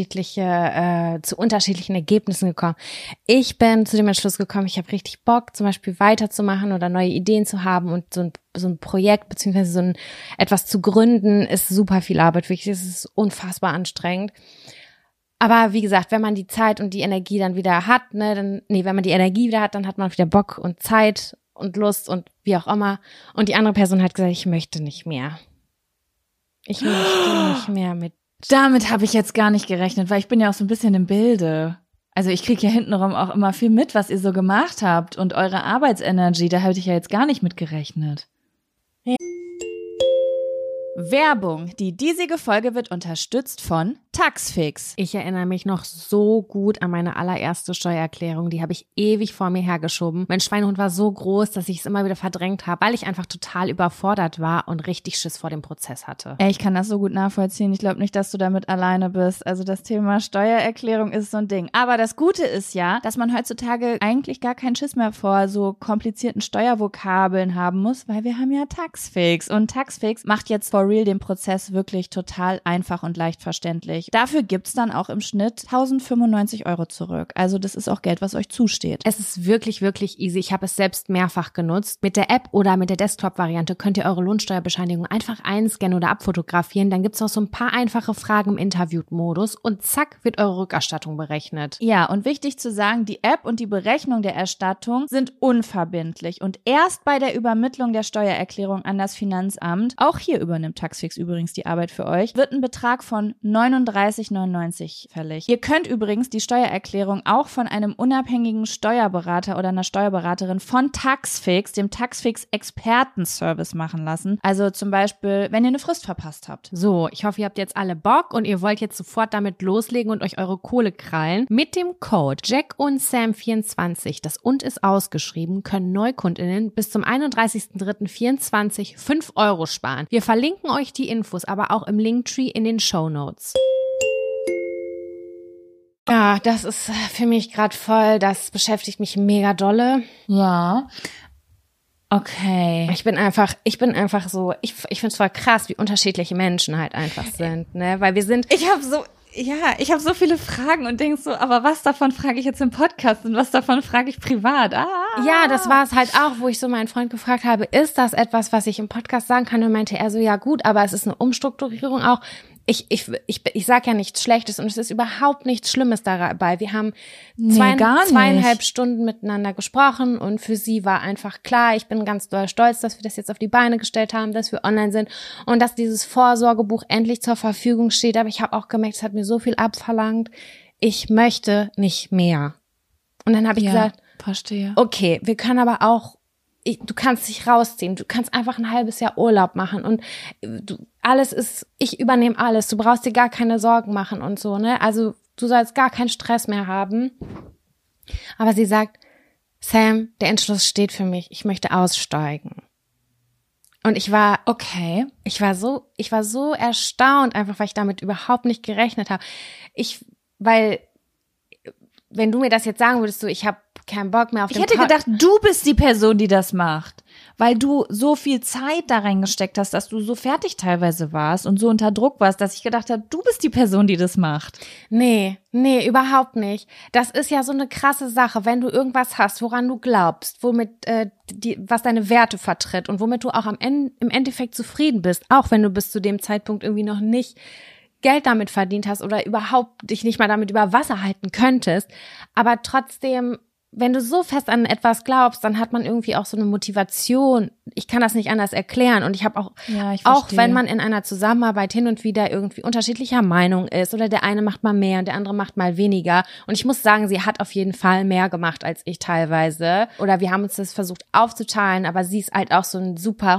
zu unterschiedlichen Ergebnissen gekommen. Ich bin zu dem Entschluss gekommen, ich habe richtig Bock, zum Beispiel weiterzumachen oder neue Ideen zu haben und so ein Projekt beziehungsweise etwas zu gründen, ist super viel Arbeit, wirklich, es ist unfassbar anstrengend. Aber wie gesagt, wenn man die Zeit und die Energie dann wieder hat, wenn man die Energie wieder hat, dann hat man wieder Bock und Zeit und Lust und wie auch immer. Und die andere Person hat gesagt, ich möchte nicht mehr. Ich möchte nicht mehr mit. Damit habe ich jetzt gar nicht gerechnet, weil ich bin ja auch so ein bisschen im Bilde. Also ich kriege ja hintenrum auch immer viel mit, was ihr so gemacht habt und eure Arbeitsenergie, da habe ich ja jetzt gar nicht mit gerechnet. Ja. Werbung. Die diesige Folge wird unterstützt von Taxfix. Ich erinnere mich noch so gut an meine allererste Steuererklärung. Die habe ich ewig vor mir hergeschoben. Mein Schweinehund war so groß, dass ich es immer wieder verdrängt habe, weil ich einfach total überfordert war und richtig Schiss vor dem Prozess hatte. Ich kann das so gut nachvollziehen. Ich glaube nicht, dass du damit alleine bist. Also das Thema Steuererklärung ist so ein Ding. Aber das Gute ist ja, dass man heutzutage eigentlich gar keinen Schiss mehr vor so komplizierten Steuervokabeln haben muss, weil wir haben ja Taxfix. Und Taxfix macht jetzt for for real den Prozess wirklich total einfach und leicht verständlich. Dafür gibt's dann auch im Schnitt 1.095 € zurück. Also das ist auch Geld, was euch zusteht. Es ist wirklich, wirklich easy. Ich habe es selbst mehrfach genutzt. Mit der App oder mit der Desktop-Variante könnt ihr eure Lohnsteuerbescheinigung einfach einscannen oder abfotografieren. Dann gibt's noch so ein paar einfache Fragen im Interview-Modus und zack, wird eure Rückerstattung berechnet. Ja, und wichtig zu sagen, die App und die Berechnung der Erstattung sind unverbindlich und erst bei der Übermittlung der Steuererklärung an das Finanzamt, auch hier übernimmt Taxfix übrigens die Arbeit für euch, wird ein Betrag von 39,99 € fällig. Ihr könnt übrigens die Steuererklärung auch von einem unabhängigen Steuerberater oder einer Steuerberaterin von Taxfix, dem Taxfix Expertenservice machen lassen. Also zum Beispiel, wenn ihr eine Frist verpasst habt. So, ich hoffe, ihr habt jetzt alle Bock und ihr wollt jetzt sofort damit loslegen und euch eure Kohle krallen. Mit dem Code Jack und Sam 24, das und ist ausgeschrieben, können NeukundInnen bis zum 31.03.24 5 € sparen. Wir verlinken euch die Infos aber auch im Linktree in den Shownotes. Ja, das ist für mich gerade voll, das beschäftigt mich mega dolle. Ja. Okay. Ich bin einfach so, ich finde es voll krass, wie unterschiedliche Menschen halt einfach sind, ne, weil wir sind. Ich habe so viele Fragen und denk so, aber was davon frage ich jetzt im Podcast und was davon frage ich privat? Ja, das war es halt auch, wo ich so meinen Freund gefragt habe, ist das etwas, was ich im Podcast sagen kann? Und meinte er so, ja gut, aber es ist eine Umstrukturierung auch. Ich sag ja nichts Schlechtes und es ist überhaupt nichts Schlimmes dabei. Wir haben 2,5 Stunden miteinander gesprochen und für sie war einfach klar, ich bin ganz doll stolz, dass wir das jetzt auf die Beine gestellt haben, dass wir online sind und dass dieses Vorsorgebuch endlich zur Verfügung steht. Aber ich habe auch gemerkt, es hat mir so viel abverlangt. Ich möchte nicht mehr. Und dann habe ich gesagt, verstehe. Okay, wir können aber auch, du kannst dich rausziehen, du kannst einfach ein halbes Jahr Urlaub machen und ich übernehme alles, du brauchst dir gar keine Sorgen machen und so, ne? Also du sollst gar keinen Stress mehr haben. Aber sie sagt, Sam, der Entschluss steht für mich, ich möchte aussteigen. Und ich war so erstaunt, einfach weil ich damit überhaupt nicht gerechnet habe. Weil wenn du mir das jetzt sagen würdest, so ich habe keinen Bock mehr auf den Ich hätte gedacht, du bist die Person, die das macht, weil du so viel Zeit da reingesteckt hast, dass du so fertig teilweise warst und so unter Druck warst, dass ich gedacht habe, du bist die Person, die das macht. Nee, überhaupt nicht. Das ist ja so eine krasse Sache, wenn du irgendwas hast, woran du glaubst, womit was deine Werte vertritt und womit du auch im Endeffekt zufrieden bist, auch wenn du bis zu dem Zeitpunkt irgendwie noch nicht Geld damit verdient hast oder überhaupt dich nicht mal damit über Wasser halten könntest, aber trotzdem, wenn du so fest an etwas glaubst, dann hat man irgendwie auch so eine Motivation. Ich kann das nicht anders erklären und ich habe auch wenn man in einer Zusammenarbeit hin und wieder irgendwie unterschiedlicher Meinung ist oder der eine macht mal mehr und der andere macht mal weniger und ich muss sagen, sie hat auf jeden Fall mehr gemacht als ich teilweise oder wir haben uns das versucht aufzuteilen, aber sie ist halt auch so ein super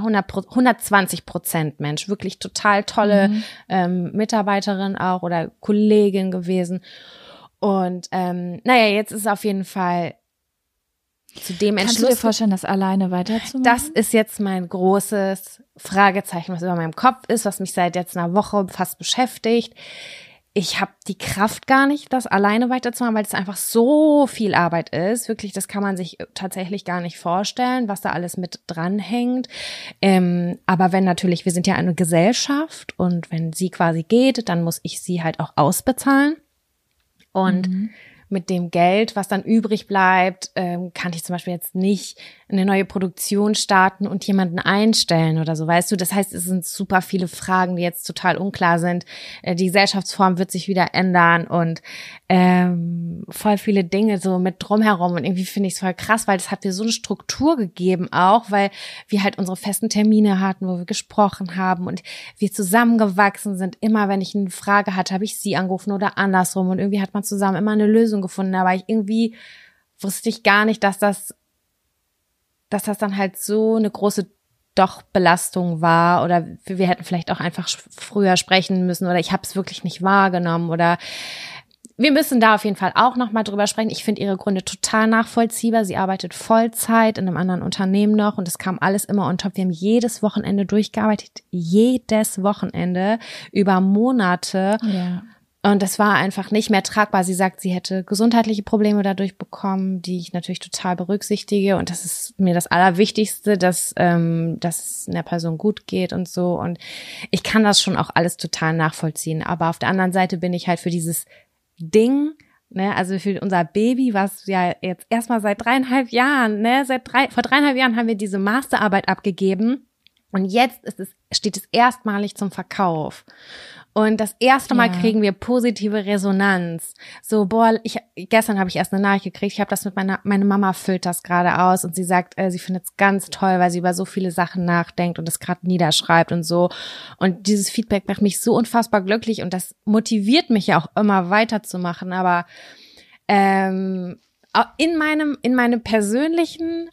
120% Mensch, wirklich total tolle Mitarbeiterin auch oder Kollegin gewesen und jetzt ist es auf jeden Fall zu dem Entschluss. Kannst du dir vorstellen, das alleine weiterzumachen? Das ist jetzt mein großes Fragezeichen, was über meinem Kopf ist, was mich seit jetzt einer Woche fast beschäftigt. Ich habe die Kraft gar nicht, das alleine weiterzumachen, weil es einfach so viel Arbeit ist. Wirklich, das kann man sich tatsächlich gar nicht vorstellen, was da alles mit dranhängt. Aber wenn natürlich, wir sind ja eine Gesellschaft und wenn sie quasi geht, dann muss ich sie halt auch ausbezahlen. Und mit dem Geld, was dann übrig bleibt, kann ich zum Beispiel jetzt nicht eine neue Produktion starten und jemanden einstellen oder so, weißt du? Das heißt, es sind super viele Fragen, die jetzt total unklar sind. Die Gesellschaftsform wird sich wieder ändern und voll viele Dinge so mit drumherum und irgendwie finde ich es voll krass, weil das hat mir so eine Struktur gegeben auch, weil wir halt unsere festen Termine hatten, wo wir gesprochen haben und wir zusammengewachsen sind. Immer wenn ich eine Frage hatte, habe ich sie angerufen oder andersrum und irgendwie hat man zusammen immer eine Lösung gefunden, aber irgendwie wusste ich gar nicht, dass das dann halt so eine große Belastung war oder wir hätten vielleicht auch einfach früher sprechen müssen oder ich habe es wirklich nicht wahrgenommen oder wir müssen da auf jeden Fall auch nochmal drüber sprechen. Ich finde ihre Gründe total nachvollziehbar. Sie arbeitet Vollzeit in einem anderen Unternehmen noch und es kam alles immer on top. Wir haben jedes Wochenende durchgearbeitet, jedes Wochenende über Monate. Ja. Und das war einfach nicht mehr tragbar. Sie sagt, sie hätte gesundheitliche Probleme dadurch bekommen, die ich natürlich total berücksichtige. Und das ist mir das Allerwichtigste, dass es einer Person gut geht und so. Und ich kann das schon auch alles total nachvollziehen. Aber auf der anderen Seite bin ich halt für dieses Ding, ne, also für unser Baby, was ja jetzt erstmal seit 3,5 Jahren, ne, vor 3,5 Jahren haben wir diese Masterarbeit abgegeben. Und jetzt steht es erstmalig zum Verkauf. Und das erste Mal kriegen wir positive Resonanz. So, gestern habe ich erst eine Nachricht gekriegt, ich habe das mit meine Mama füllt das gerade aus und sie sagt, sie findet es ganz toll, weil sie über so viele Sachen nachdenkt und das gerade niederschreibt und so. Und dieses Feedback macht mich so unfassbar glücklich und das motiviert mich ja auch immer weiterzumachen. Aber in meinem persönlichen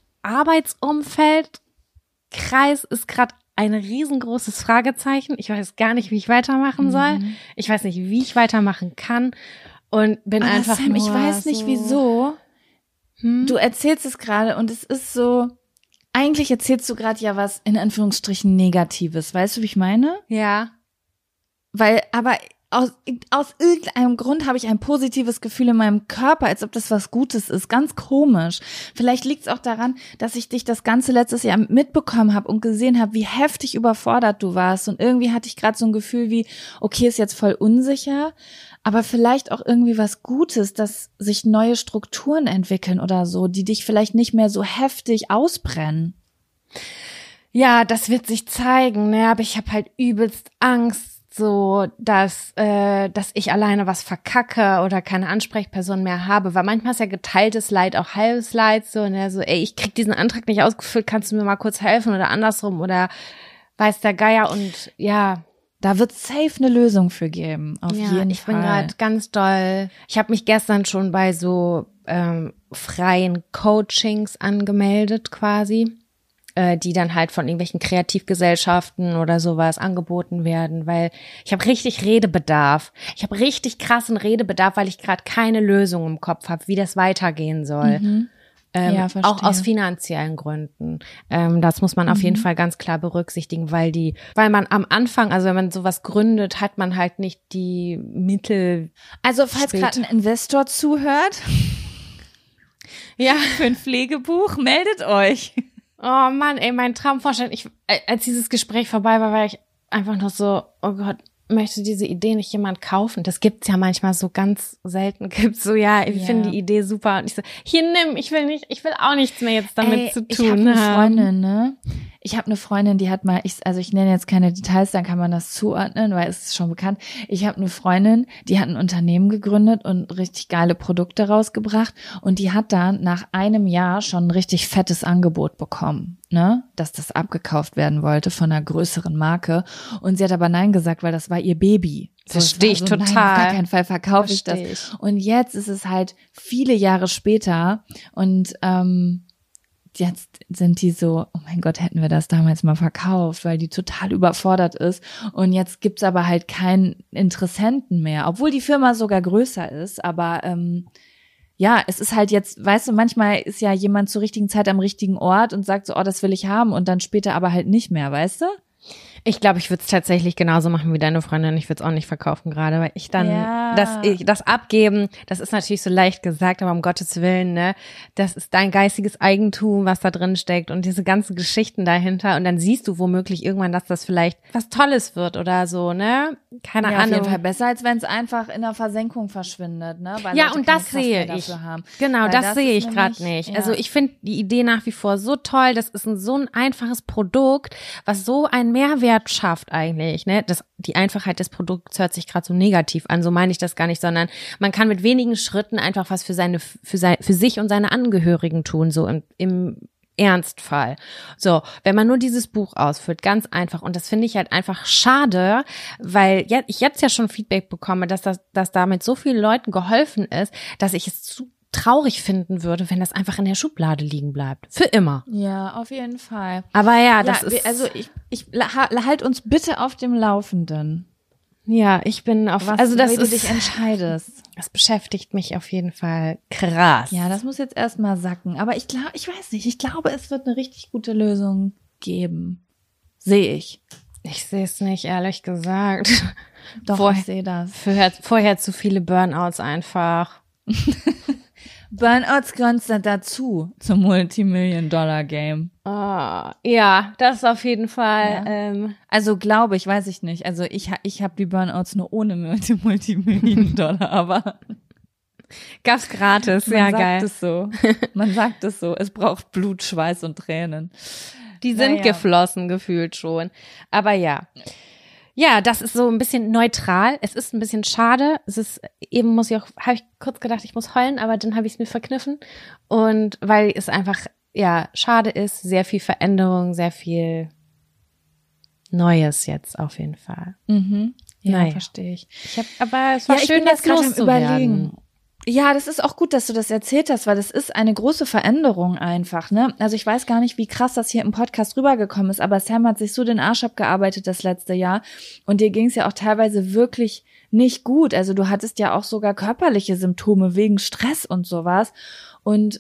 Arbeitsumfeldkreis ist gerade ein riesengroßes Fragezeichen. Ich weiß gar nicht, wie ich weitermachen soll. Ich weiß nicht, wie ich weitermachen kann und bin einfach Sam, ich weiß nicht, wieso. Du erzählst es gerade und es ist so, eigentlich erzählst du gerade ja was in Anführungsstrichen Negatives. Weißt du, wie ich meine? Ja. Aber aus irgendeinem Grund habe ich ein positives Gefühl in meinem Körper, als ob das was Gutes ist. Ganz komisch. Vielleicht liegt es auch daran, dass ich dich das ganze letztes Jahr mitbekommen habe und gesehen habe, wie heftig überfordert du warst. Und irgendwie hatte ich gerade so ein Gefühl wie, okay, ist jetzt voll unsicher, aber vielleicht auch irgendwie was Gutes, dass sich neue Strukturen entwickeln oder so, die dich vielleicht nicht mehr so heftig ausbrennen. Ja, das wird sich zeigen, ne? Aber ich habe halt übelst Angst, so, dass ich alleine was verkacke oder keine Ansprechperson mehr habe, weil manchmal ist ja geteiltes Leid auch halbes Leid, so, ne, so, ey, ich krieg diesen Antrag nicht ausgefüllt, kannst du mir mal kurz helfen oder andersrum oder weiß der Geier und ja. Da wird safe eine Lösung für geben, auf jeden Fall. Ich bin gerade ganz doll, ich habe mich gestern schon bei so freien Coachings angemeldet quasi, die dann halt von irgendwelchen Kreativgesellschaften oder sowas angeboten werden, weil ich habe richtig Redebedarf. Ich habe richtig krassen Redebedarf, weil ich gerade keine Lösung im Kopf habe, wie das weitergehen soll. Ja, auch aus finanziellen Gründen. Das muss man auf jeden Fall ganz klar berücksichtigen, weil man am Anfang, also wenn man sowas gründet, hat man halt nicht die Mittel. Also falls gerade ein Investor zuhört, ja, für ein Pflegebuch, meldet euch. Oh Mann, ey, mein Traumvorstellung. Als dieses Gespräch vorbei war ich einfach nur so, oh Gott, möchte diese Idee nicht jemand kaufen? Das gibt's ja manchmal so ganz selten. Gibt's so, ja, ich finde die Idee super. Und ich so, hier nimm, ich will auch nichts mehr jetzt damit zu tun haben. Ich habe eine Freundin, die hat mal, ich nenne jetzt keine Details, dann kann man das zuordnen, weil es ist schon bekannt. Ich habe eine Freundin, die hat ein Unternehmen gegründet und richtig geile Produkte rausgebracht und die hat dann nach einem Jahr schon ein richtig fettes Angebot bekommen, ne, dass das abgekauft werden wollte von einer größeren Marke und sie hat aber nein gesagt, weil das war ihr Baby. Verstehe ich total. Nein, auf gar keinen Fall verkaufe ich das. Und jetzt ist es halt viele Jahre später und jetzt sind die so, oh mein Gott, hätten wir das damals mal verkauft, weil die total überfordert ist. Und jetzt gibt's aber halt keinen Interessenten mehr, obwohl die Firma sogar größer ist. Aber ja, es ist halt jetzt, weißt du, manchmal ist ja jemand zur richtigen Zeit am richtigen Ort und sagt so, oh, das will ich haben und dann später aber halt nicht mehr, weißt du? Ich glaube, ich würde es tatsächlich genauso machen wie deine Freundin. Ich würde es auch nicht verkaufen gerade, weil ich dann das abgeben, das ist natürlich so leicht gesagt, aber um Gottes Willen, ne, das ist dein geistiges Eigentum, was da drin steckt und diese ganzen Geschichten dahinter und dann siehst du womöglich irgendwann, dass das vielleicht was Tolles wird oder so, ne? Keine Ahnung. Auf jeden Fall besser, als wenn es einfach in der Versenkung verschwindet, ne? Weil ja, Leute und das sehe ich. Genau, das sehe ich gerade nicht. Ja. Also ich finde die Idee nach wie vor so toll. Das ist so ein einfaches Produkt, was so einen Mehrwert schafft eigentlich, ne? Die Einfachheit des Produkts hört sich gerade so negativ an, so meine ich das gar nicht, sondern man kann mit wenigen Schritten einfach was für sich und seine Angehörigen tun, so im Ernstfall. So, wenn man nur dieses Buch ausfüllt, ganz einfach. Und das finde ich halt einfach schade, weil ich jetzt ja schon Feedback bekomme, dass damit so vielen Leuten geholfen ist, dass ich es zu traurig finden würde, wenn das einfach in der Schublade liegen bleibt. Für immer. Ja, auf jeden Fall. Aber ja, das ist... Also ich halt uns bitte auf dem Laufenden. Ja, ich bin auf... Also das du dich entscheidest. Das beschäftigt mich auf jeden Fall krass. Ja, das muss jetzt erstmal sacken. Aber ich weiß nicht, ich glaube, es wird eine richtig gute Lösung geben. Sehe ich. Ich sehe es nicht, ehrlich gesagt. Doch, ich sehe das. Vorher zu viele Burnouts einfach. Burnouts gehören dazu, zum Multimillion-Dollar-Game. Ja, das auf jeden Fall. Ja. Also glaube ich, weiß ich nicht. Also ich habe die Burnouts nur ohne Multimillion-Dollar, aber gab's gratis, ja geil. Man sagt es so. Es braucht Blut, Schweiß und Tränen. Die sind geflossen, gefühlt schon. Aber ja. Ja, das ist so ein bisschen neutral. Es ist ein bisschen schade. Es ist eben habe ich kurz gedacht, ich muss heulen, aber dann habe ich es mir verkniffen. Und weil es einfach, schade ist, sehr viel Veränderung, sehr viel Neues jetzt auf jeden Fall. Mhm. Ja, verstehe ich. Aber es war schön, das loszuwerden. Ja, das ist auch gut, dass du das erzählt hast, weil das ist eine große Veränderung einfach, ne? Also ich weiß gar nicht, wie krass das hier im Podcast rübergekommen ist, aber Sam hat sich so den Arsch abgearbeitet das letzte Jahr und dir ging es ja auch teilweise wirklich nicht gut. Also du hattest ja auch sogar körperliche Symptome wegen Stress und sowas und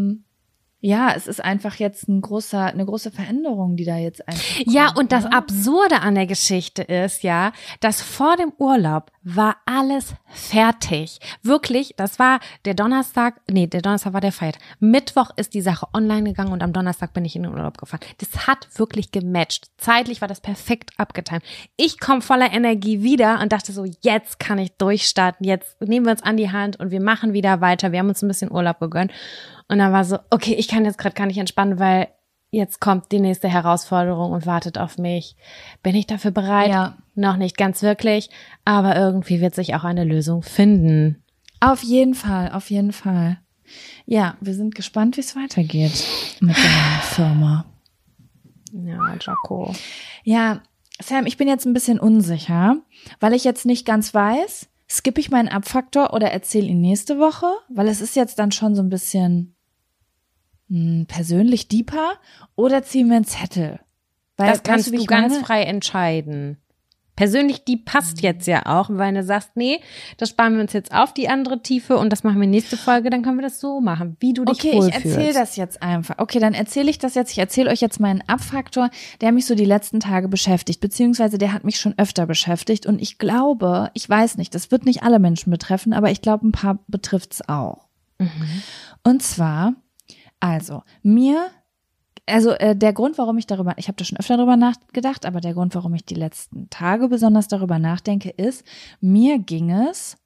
es ist einfach jetzt eine große Veränderung, die da jetzt einfach kommt. Ja, und das Absurde an der Geschichte ist dass vor dem Urlaub war alles fertig. Wirklich, das war der Donnerstag war der Feiertag. Mittwoch ist die Sache online gegangen und am Donnerstag bin ich in den Urlaub gefahren. Das hat wirklich gematcht. Zeitlich war das perfekt abgetimt. Ich komme voller Energie wieder und dachte so, jetzt kann ich durchstarten. Jetzt nehmen wir uns an die Hand und wir machen wieder weiter. Wir haben uns ein bisschen Urlaub gegönnt. Und dann war so, okay, ich kann jetzt gerade gar nicht entspannen, weil jetzt kommt die nächste Herausforderung und wartet auf mich. Bin ich dafür bereit? Ja. Noch nicht ganz wirklich, aber irgendwie wird sich auch eine Lösung finden. Auf jeden Fall, auf jeden Fall. Ja, wir sind gespannt, wie es weitergeht mit der Firma. Ja, Jaco. Ja, Sam, ich bin jetzt ein bisschen unsicher, weil ich jetzt nicht ganz weiß, skippe ich meinen Abfaktor oder erzähle ihn nächste Woche, weil es ist jetzt dann schon so ein bisschen persönlich deeper, oder ziehen wir einen Zettel? Weil, das kannst du ganz frei entscheiden. Persönlich, die passt jetzt ja auch, weil du sagst, nee, das sparen wir uns jetzt auf, die andere Tiefe, und das machen wir nächste Folge, dann können wir das so machen, wie du dich wohlfühlst. Okay, ich erzähle das jetzt einfach. Okay, dann erzähle ich das jetzt. Ich erzähle euch jetzt meinen Abfaktor, der mich so die letzten Tage beschäftigt, beziehungsweise der hat mich schon öfter beschäftigt, und ich glaube, ich weiß nicht, das wird nicht alle Menschen betreffen, aber ich glaube, ein paar betrifft's auch. Mhm. Und zwar, der Grund, warum ich habe da schon öfter darüber nachgedacht, aber der Grund, warum ich die letzten Tage besonders darüber nachdenke, ist, mir ging es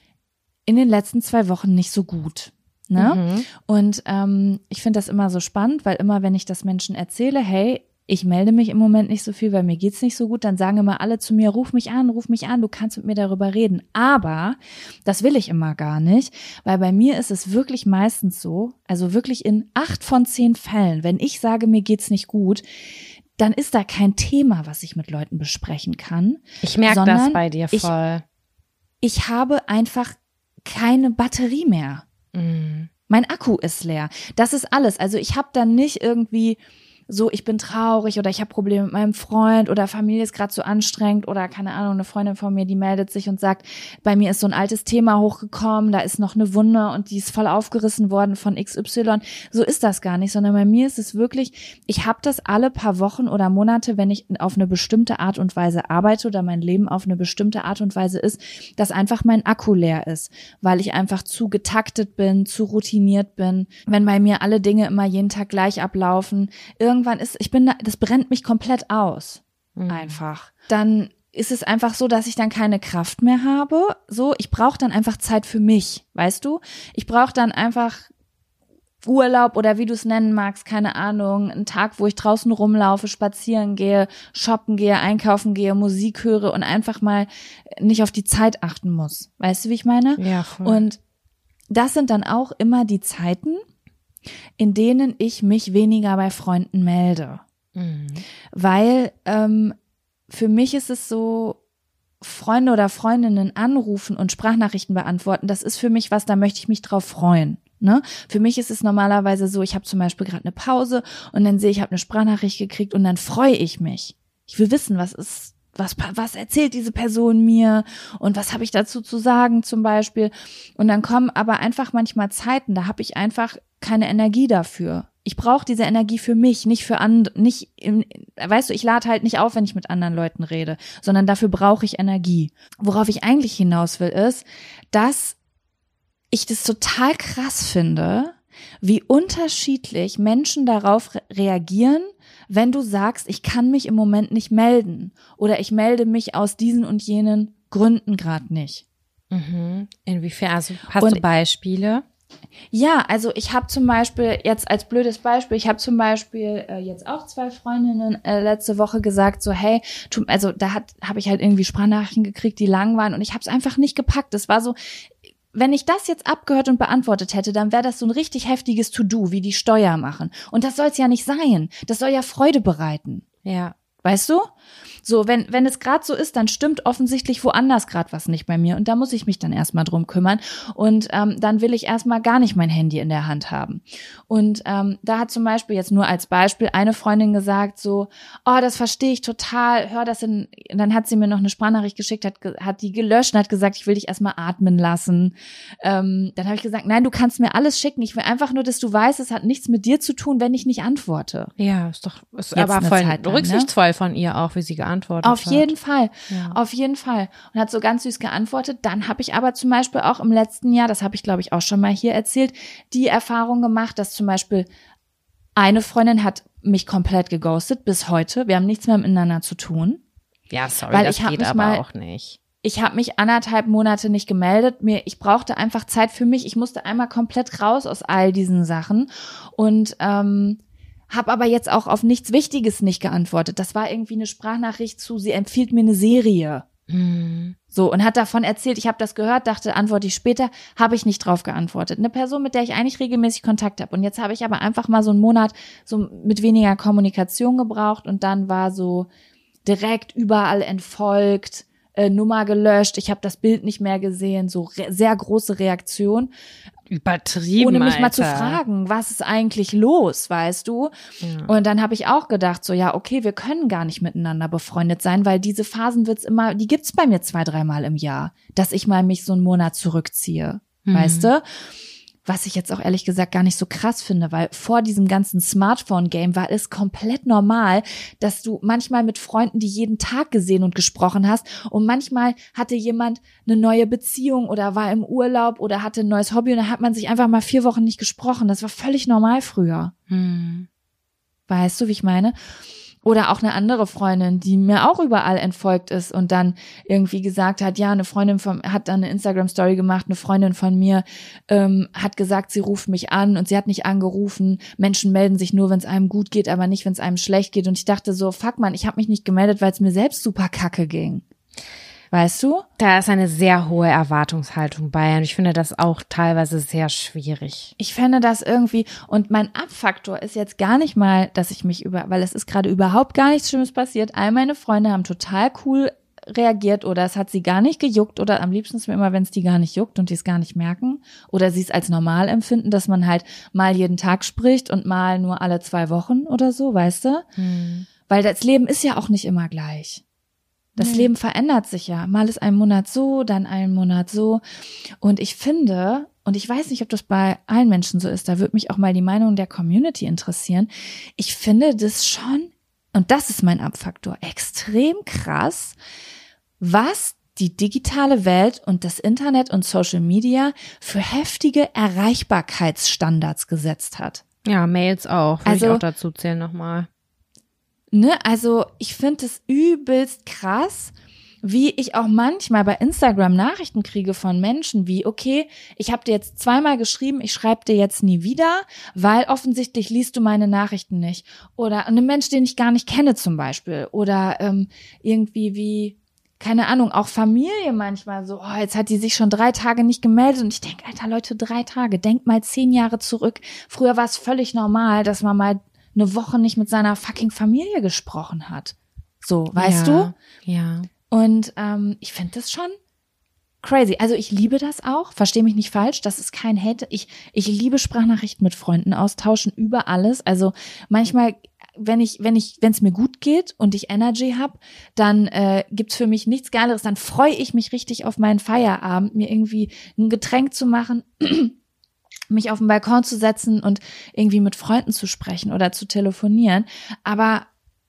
in den letzten 2 Wochen nicht so gut. Ne? Mhm. Und ich finde das immer so spannend, weil immer, wenn ich das Menschen erzähle, hey, ich melde mich im Moment nicht so viel, weil mir geht's nicht so gut, dann sagen immer alle zu mir, ruf mich an, du kannst mit mir darüber reden. Aber das will ich immer gar nicht, weil bei mir ist es wirklich meistens so, also wirklich in 8 von 10 Fällen, wenn ich sage, mir geht's nicht gut, dann ist da kein Thema, was ich mit Leuten besprechen kann. Ich merke das bei dir voll. Ich habe einfach keine Batterie mehr. Mm. Mein Akku ist leer. Das ist alles. Also ich habe dann nicht irgendwie so, ich bin traurig oder ich habe Probleme mit meinem Freund oder Familie ist gerade so anstrengend oder keine Ahnung, eine Freundin von mir, die meldet sich und sagt, bei mir ist so ein altes Thema hochgekommen, da ist noch eine Wunde und die ist voll aufgerissen worden von XY. So ist das gar nicht, sondern bei mir ist es wirklich, ich habe das alle paar Wochen oder Monate, wenn ich auf eine bestimmte Art und Weise arbeite oder mein Leben auf eine bestimmte Art und Weise ist, dass einfach mein Akku leer ist, weil ich einfach zu getaktet bin, zu routiniert bin. Wenn bei mir alle Dinge immer jeden Tag gleich ablaufen, das brennt mich komplett aus. Einfach. Dann ist es einfach so, dass ich dann keine Kraft mehr habe. So, ich brauche dann einfach Zeit für mich, weißt du? Ich brauche dann einfach Urlaub oder wie du es nennen magst, keine Ahnung, einen Tag, wo ich draußen rumlaufe, spazieren gehe, shoppen gehe, einkaufen gehe, Musik höre und einfach mal nicht auf die Zeit achten muss. Weißt du, wie ich meine? Ja, voll. Und das sind dann auch immer die Zeiten, in denen ich mich weniger bei Freunden melde. Mhm. Weil für mich ist es so, Freunde oder Freundinnen anrufen und Sprachnachrichten beantworten, das ist für mich was, da möchte ich mich drauf freuen. Ne? Für mich ist es normalerweise so, ich habe zum Beispiel gerade eine Pause und dann sehe ich, habe eine Sprachnachricht gekriegt und dann freue ich mich. Ich will wissen, was erzählt diese Person mir und was habe ich dazu zu sagen zum Beispiel. Und dann kommen aber einfach manchmal Zeiten, da habe ich einfach keine Energie dafür. Ich brauche diese Energie für mich, nicht für andere, weißt du, ich lade halt nicht auf, wenn ich mit anderen Leuten rede, sondern dafür brauche ich Energie. Worauf ich eigentlich hinaus will, ist, dass ich das total krass finde, wie unterschiedlich Menschen darauf reagieren, wenn du sagst, ich kann mich im Moment nicht melden oder ich melde mich aus diesen und jenen Gründen gerade nicht. Inwiefern? Also hast du Beispiele? Ja, also ich habe zum Beispiel, jetzt als blödes Beispiel, ich habe zum Beispiel jetzt auch 2 Freundinnen letzte Woche gesagt, so hey, also da habe ich halt irgendwie Sprachnachrichten gekriegt, die lang waren und ich habe es einfach nicht gepackt. Es war so, wenn ich das jetzt abgehört und beantwortet hätte, dann wäre das so ein richtig heftiges To-Do, wie die Steuer machen. Und das soll es ja nicht sein. Das soll ja Freude bereiten. Ja. Weißt du? So, wenn es gerade so ist, dann stimmt offensichtlich woanders gerade was nicht bei mir und da muss ich mich dann erstmal drum kümmern und dann will ich erstmal gar nicht mein Handy in der Hand haben. Und da hat zum Beispiel jetzt nur als Beispiel eine Freundin gesagt so, oh, das verstehe ich total, hör das in, dann hat sie mir noch eine Sprachnachricht geschickt, hat die gelöscht und hat gesagt, ich will dich erstmal atmen lassen. Dann habe ich gesagt, nein, du kannst mir alles schicken, ich will einfach nur, dass du weißt, es hat nichts mit dir zu tun, wenn ich nicht antworte. Ja, ist aber voll rücksichtsvoll von ihr auch, wie sie geantwortet Auf hat. jeden Fall, ja. Auf jeden Fall. Und hat so ganz süß geantwortet. Dann habe ich aber zum Beispiel auch im letzten Jahr, das habe ich glaube ich auch schon mal hier erzählt, die Erfahrung gemacht, dass zum Beispiel eine Freundin hat mich komplett geghostet bis heute. Wir haben nichts mehr miteinander zu tun. Ja, sorry, weil das geht aber auch nicht. Ich habe mich 1,5 Monate nicht gemeldet. Ich brauchte einfach Zeit für mich. Ich musste einmal komplett raus aus all diesen Sachen und habe aber jetzt auch auf nichts Wichtiges nicht geantwortet. Das war irgendwie eine Sprachnachricht zu, sie empfiehlt mir eine Serie. So, und hat davon erzählt, ich habe das gehört, dachte, antworte ich später, habe ich nicht drauf geantwortet. Eine Person, mit der ich eigentlich regelmäßig Kontakt habe. Und jetzt habe ich aber einfach mal so einen Monat so mit weniger Kommunikation gebraucht und dann war so direkt überall entfolgt, Nummer gelöscht, ich habe das Bild nicht mehr gesehen, so sehr große Reaktion. Übertrieben, ohne mich Alter. mal zu fragen, was ist eigentlich los, weißt du? Ja. Und dann habe ich auch gedacht, so ja, okay, wir können gar nicht miteinander befreundet sein, weil diese Phasen die gibt's bei mir 2-3 Mal im Jahr, dass ich mal mich so einen Monat zurückziehe, weißt du? Was ich jetzt auch ehrlich gesagt gar nicht so krass finde, weil vor diesem ganzen Smartphone-Game war es komplett normal, dass du manchmal mit Freunden, die jeden Tag gesehen und gesprochen hast und manchmal hatte jemand eine neue Beziehung oder war im Urlaub oder hatte ein neues Hobby und dann hat man sich einfach mal 4 Wochen nicht gesprochen. Das war völlig normal früher. Weißt du, wie ich meine? Oder auch eine andere Freundin, die mir auch überall entfolgt ist und dann irgendwie gesagt hat, ja, eine Freundin hat dann eine Instagram-Story gemacht, eine Freundin von mir hat gesagt, sie ruft mich an und sie hat nicht angerufen. Menschen melden sich nur, wenn es einem gut geht, aber nicht, wenn es einem schlecht geht. Und ich dachte so, fuck man, ich habe mich nicht gemeldet, weil es mir selbst super kacke ging. Weißt du? Da ist eine sehr hohe Erwartungshaltung bei und ich finde das auch teilweise sehr schwierig. Ich fände das irgendwie, und mein Abfaktor ist jetzt gar nicht mal, dass ich mich weil es ist gerade überhaupt gar nichts Schlimmes passiert. All meine Freunde haben total cool reagiert oder es hat sie gar nicht gejuckt oder am liebsten ist mir immer, wenn es die gar nicht juckt und die es gar nicht merken oder sie es als normal empfinden, dass man halt mal jeden Tag spricht und mal nur alle 2 Wochen oder so, weißt du? Weil das Leben ist ja auch nicht immer gleich. Das Leben verändert sich ja. Mal ist ein Monat so, dann ein Monat so. Und ich finde, und ich weiß nicht, ob das bei allen Menschen so ist, da würde mich auch mal die Meinung der Community interessieren. Ich finde das schon, und das ist mein Abfaktor, extrem krass, was die digitale Welt und das Internet und Social Media für heftige Erreichbarkeitsstandards gesetzt hat. Ja, Mails auch. Würde ich auch dazu zählen nochmal. Ne, also ich finde es übelst krass, wie ich auch manchmal bei Instagram Nachrichten kriege von Menschen wie, okay, ich habe dir jetzt 2-mal geschrieben, ich schreibe dir jetzt nie wieder, weil offensichtlich liest du meine Nachrichten nicht. Oder ein Mensch, den ich gar nicht kenne zum Beispiel. Oder irgendwie wie, keine Ahnung, auch Familie manchmal so, oh, jetzt hat die sich schon 3 Tage nicht gemeldet. Und ich denke, Alter, Leute, 3 Tage, denkt mal 10 Jahre zurück. Früher war es völlig normal, dass man mal eine Woche nicht mit seiner fucking Familie gesprochen hat. So, weißt du? Ja. Und ich finde das schon crazy. Also ich liebe das auch, verstehe mich nicht falsch, das ist kein Hate. Ich liebe Sprachnachrichten mit Freunden austauschen über alles. Also manchmal, wenn es mir gut geht und ich Energy habe, dann gibt's für mich nichts Geileres. Dann freue ich mich richtig auf meinen Feierabend, mir irgendwie ein Getränk zu machen mich auf den Balkon zu setzen und irgendwie mit Freunden zu sprechen oder zu telefonieren. Aber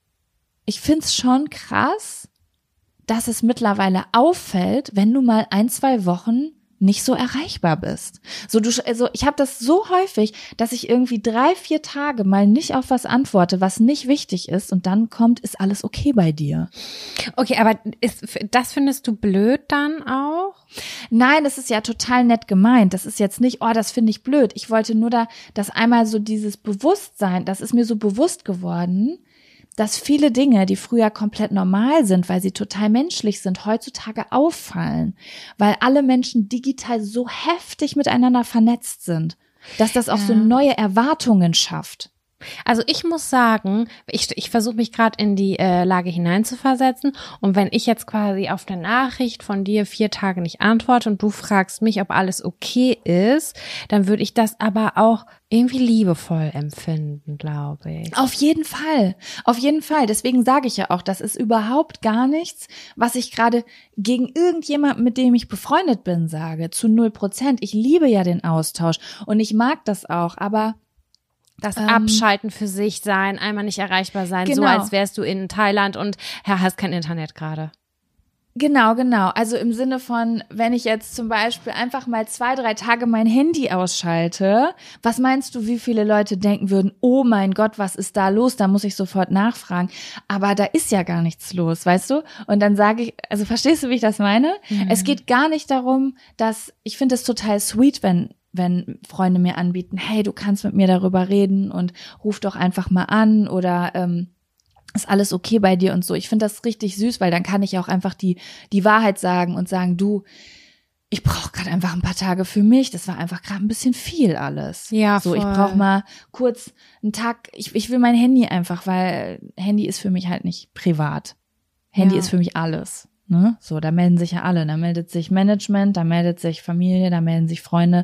ich find's schon krass, dass es mittlerweile auffällt, wenn du mal 1-2 Wochen nicht so erreichbar bist. Also ich habe das so häufig, dass ich irgendwie 3-4 Tage mal nicht auf was antworte, was nicht wichtig ist und dann kommt, ist alles okay bei dir. Okay, aber das findest du blöd dann auch? Nein, das ist ja total nett gemeint. Das ist jetzt nicht, das finde ich blöd. Ich wollte nur dass einmal so dieses Bewusstsein, das ist mir so bewusst geworden, dass viele Dinge, die früher komplett normal sind, weil sie total menschlich sind, heutzutage auffallen, weil alle Menschen digital so heftig miteinander vernetzt sind, dass das auch so neue Erwartungen schafft. Also ich muss sagen, ich versuche mich gerade in die Lage hineinzuversetzen und wenn ich jetzt quasi auf eine Nachricht von dir 4 Tage nicht antworte und du fragst mich, ob alles okay ist, dann würde ich das aber auch irgendwie liebevoll empfinden, glaube ich. Auf jeden Fall. Deswegen sage ich ja auch, das ist überhaupt gar nichts, was ich gerade gegen irgendjemanden, mit dem ich befreundet bin, sage. Zu 0%. Ich liebe ja den Austausch und ich mag das auch, aber das Abschalten für sich sein, einmal nicht erreichbar sein, genau. So als wärst du in Thailand und hast kein Internet gerade. Genau. Also im Sinne von, wenn ich jetzt zum Beispiel einfach mal 2-3 Tage mein Handy ausschalte, was meinst du, wie viele Leute denken würden, oh mein Gott, was ist da los? Da muss ich sofort nachfragen. Aber da ist ja gar nichts los, weißt du? Und dann sage ich, also verstehst du, wie ich das meine? Mhm. Es geht gar nicht darum, ich finde es total sweet, wenn Freunde mir anbieten, hey, du kannst mit mir darüber reden und ruf doch einfach mal an oder ist alles okay bei dir und so. Ich finde das richtig süß, weil dann kann ich auch einfach die Wahrheit sagen und sagen, du, ich brauche gerade einfach ein paar Tage für mich. Das war einfach gerade ein bisschen viel alles. Ja, so, voll. Ich brauche mal kurz einen Tag. Ich will mein Handy einfach, weil Handy ist für mich halt nicht privat. Handy ist für mich alles. Ne? So, da melden sich ja alle. Da meldet sich Management, da meldet sich Familie, da melden sich Freunde,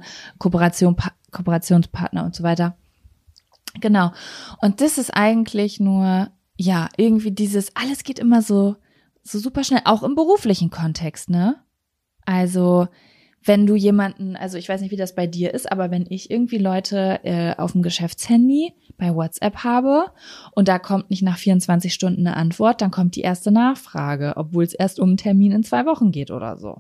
Kooperationspartner und so weiter. Genau. Und das ist eigentlich nur, ja, irgendwie alles geht immer so super schnell, auch im beruflichen Kontext, ne? Also, wenn du jemanden, also ich weiß nicht, wie das bei dir ist, aber wenn ich irgendwie Leute auf dem Geschäftshandy bei WhatsApp habe und da kommt nicht nach 24 Stunden eine Antwort, dann kommt die erste Nachfrage, obwohl es erst um einen Termin in 2 Wochen geht oder so.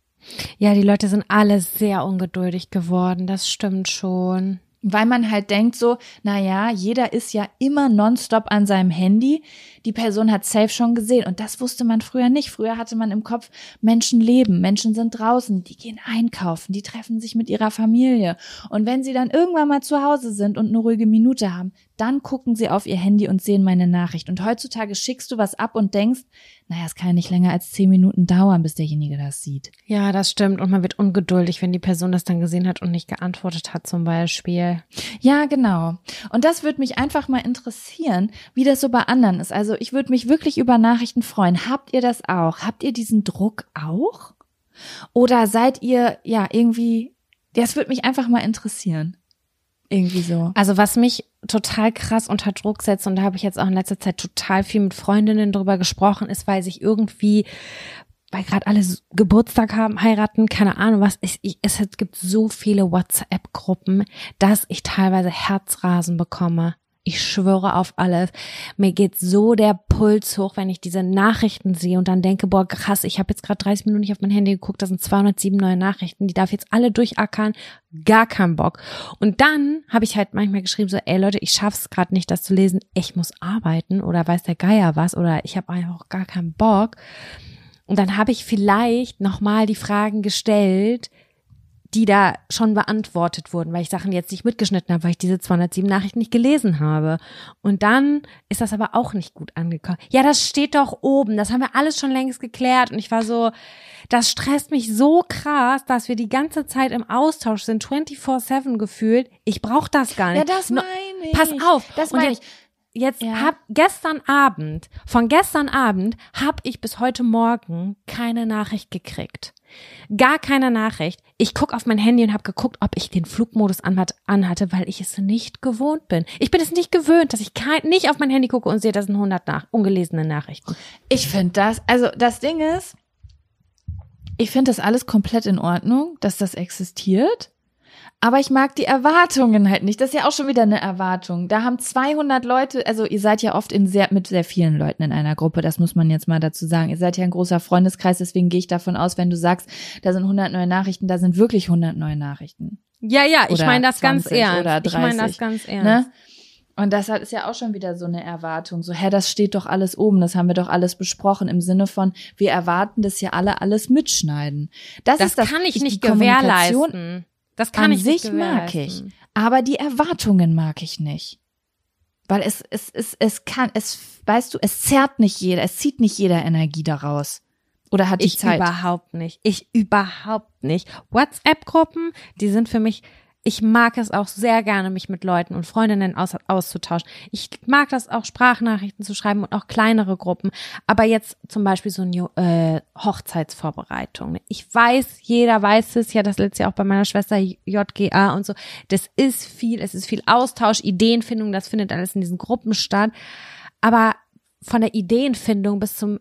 Ja, die Leute sind alle sehr ungeduldig geworden, das stimmt schon. Weil man halt denkt so, naja, jeder ist ja immer nonstop an seinem Handy. Die Person hat safe schon gesehen. Und das wusste man früher nicht. Früher hatte man im Kopf, Menschen leben, Menschen sind draußen, die gehen einkaufen, die treffen sich mit ihrer Familie. Und wenn sie dann irgendwann mal zu Hause sind und eine ruhige Minute haben, dann gucken sie auf ihr Handy und sehen meine Nachricht. Und heutzutage schickst du was ab und denkst, naja, es kann ja nicht länger als 10 Minuten dauern, bis derjenige das sieht. Ja, das stimmt. Und man wird ungeduldig, wenn die Person das dann gesehen hat und nicht geantwortet hat zum Beispiel. Ja, genau. Und das würde mich einfach mal interessieren, wie das so bei anderen ist. Also ich würde mich wirklich über Nachrichten freuen. Habt ihr das auch? Habt ihr diesen Druck auch? Oder seid ihr, ja, irgendwie, das würde mich einfach mal interessieren. Irgendwie so. Also was mich total krass unter Druck setzt, und da habe ich jetzt auch in letzter Zeit total viel mit Freundinnen drüber gesprochen, ist, weil sich irgendwie, weil gerade alle Geburtstag haben, heiraten, keine Ahnung was, es gibt so viele WhatsApp-Gruppen, dass ich teilweise Herzrasen bekomme. Ich schwöre auf alles. Mir geht so der Puls hoch, wenn ich diese Nachrichten sehe und dann denke, boah, krass, ich habe jetzt gerade 30 Minuten nicht auf mein Handy geguckt, das sind 207 neue Nachrichten, die darf jetzt alle durchackern, gar keinen Bock. Und dann habe ich halt manchmal geschrieben so, ey Leute, ich schaff's gerade nicht, das zu lesen, ich muss arbeiten oder weiß der Geier was oder ich habe einfach auch gar keinen Bock. Und dann habe ich vielleicht nochmal die Fragen gestellt, die da schon beantwortet wurden, weil ich Sachen jetzt nicht mitgeschnitten habe, weil ich diese 207 Nachrichten nicht gelesen habe. Und dann ist das aber auch nicht gut angekommen. Ja, das steht doch oben, das haben wir alles schon längst geklärt. Und ich war so, das stresst mich so krass, dass wir die ganze Zeit im Austausch sind, 24/7 gefühlt. Ich brauche das gar nicht. Ja, das meine ich. Pass auf. Das meine ich. Jetzt von gestern Abend habe ich bis heute Morgen keine Nachricht gekriegt. Gar keine Nachricht. Ich gucke auf mein Handy und habe geguckt, ob ich den Flugmodus anhatte, weil ich es nicht gewohnt bin. Ich bin es nicht gewöhnt, dass ich nicht auf mein Handy gucke und sehe, das sind 100 ungelesene Nachrichten. Ich finde das, also das Ding ist, ich finde das alles komplett in Ordnung, dass das existiert. Aber ich mag die Erwartungen halt nicht. Das ist ja auch schon wieder eine Erwartung. Da haben 200 Leute, also ihr seid ja oft mit sehr vielen Leuten in einer Gruppe, das muss man jetzt mal dazu sagen. Ihr seid ja ein großer Freundeskreis, deswegen gehe ich davon aus, wenn du sagst, da sind 100 neue Nachrichten, da sind wirklich 100 neue Nachrichten. Ja, ich meine das ganz ernst. Oder 30, ich meine das ganz ernst. Ne? Und das ist ja auch schon wieder so eine Erwartung. So, das steht doch alles oben, das haben wir doch alles besprochen, im Sinne von, wir erwarten, dass hier alle alles mitschneiden. Das ist kann ich nicht gewährleisten. Das kann ich nicht gewährleisten. Mag ich, aber die Erwartungen mag ich nicht. Weil es zerrt nicht jeder, es zieht nicht jeder Energie daraus. Oder hat die Zeit? Ich überhaupt nicht. WhatsApp-Gruppen, die sind für mich, ich mag es auch sehr gerne, mich mit Leuten und Freundinnen auszutauschen. Ich mag das auch, Sprachnachrichten zu schreiben und auch kleinere Gruppen. Aber jetzt zum Beispiel so eine Hochzeitsvorbereitung. Ich weiß, jeder weiß es, ja, das letzte Jahr auch bei meiner Schwester JGA und so. Das ist viel, es ist viel Austausch, Ideenfindung, das findet alles in diesen Gruppen statt. Aber von der Ideenfindung bis zum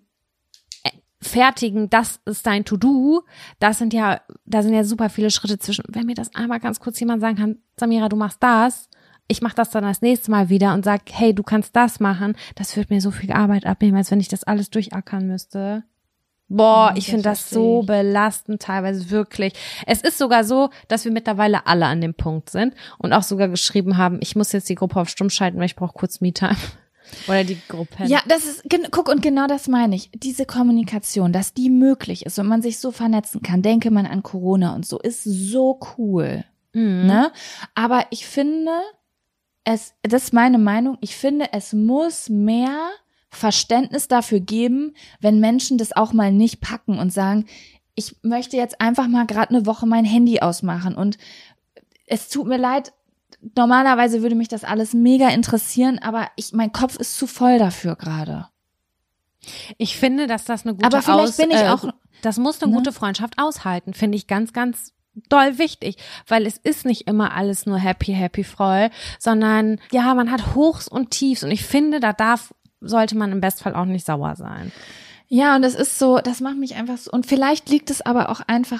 fertigen, das ist dein To-Do, da sind ja super viele Schritte zwischen. Wenn mir das einmal ganz kurz jemand sagen kann, Samira, du machst das, ich mach das dann das nächste Mal wieder und sag, hey, du kannst das machen, das wird mir so viel Arbeit abnehmen, als wenn ich das alles durchackern müsste. Boah, ich finde das so belastend teilweise, wirklich. Es ist sogar so, dass wir mittlerweile alle an dem Punkt sind und auch sogar geschrieben haben, ich muss jetzt die Gruppe auf Stumm schalten, weil ich brauche kurz Me-Time. Oder die Gruppe. Ja, das ist, guck, und genau das meine ich. Diese Kommunikation, dass die möglich ist und man sich so vernetzen kann, denke man an Corona und so, ist so cool. Ne? Aber ich finde, das ist meine Meinung, ich finde, es muss mehr Verständnis dafür geben, wenn Menschen das auch mal nicht packen und sagen, ich möchte jetzt einfach mal gerade eine Woche mein Handy ausmachen und es tut mir leid, normalerweise würde mich das alles mega interessieren, aber mein Kopf ist zu voll dafür gerade. Ich finde, dass das eine gute aber vielleicht bin ich auch, das muss eine gute Freundschaft aushalten, finde ich ganz, ganz doll wichtig, weil es ist nicht immer alles nur happy, voll, sondern ja, man hat Hochs und Tiefs und ich finde, sollte man im Bestfall auch nicht sauer sein. Ja, und das ist so, das macht mich einfach so, und vielleicht liegt es aber auch einfach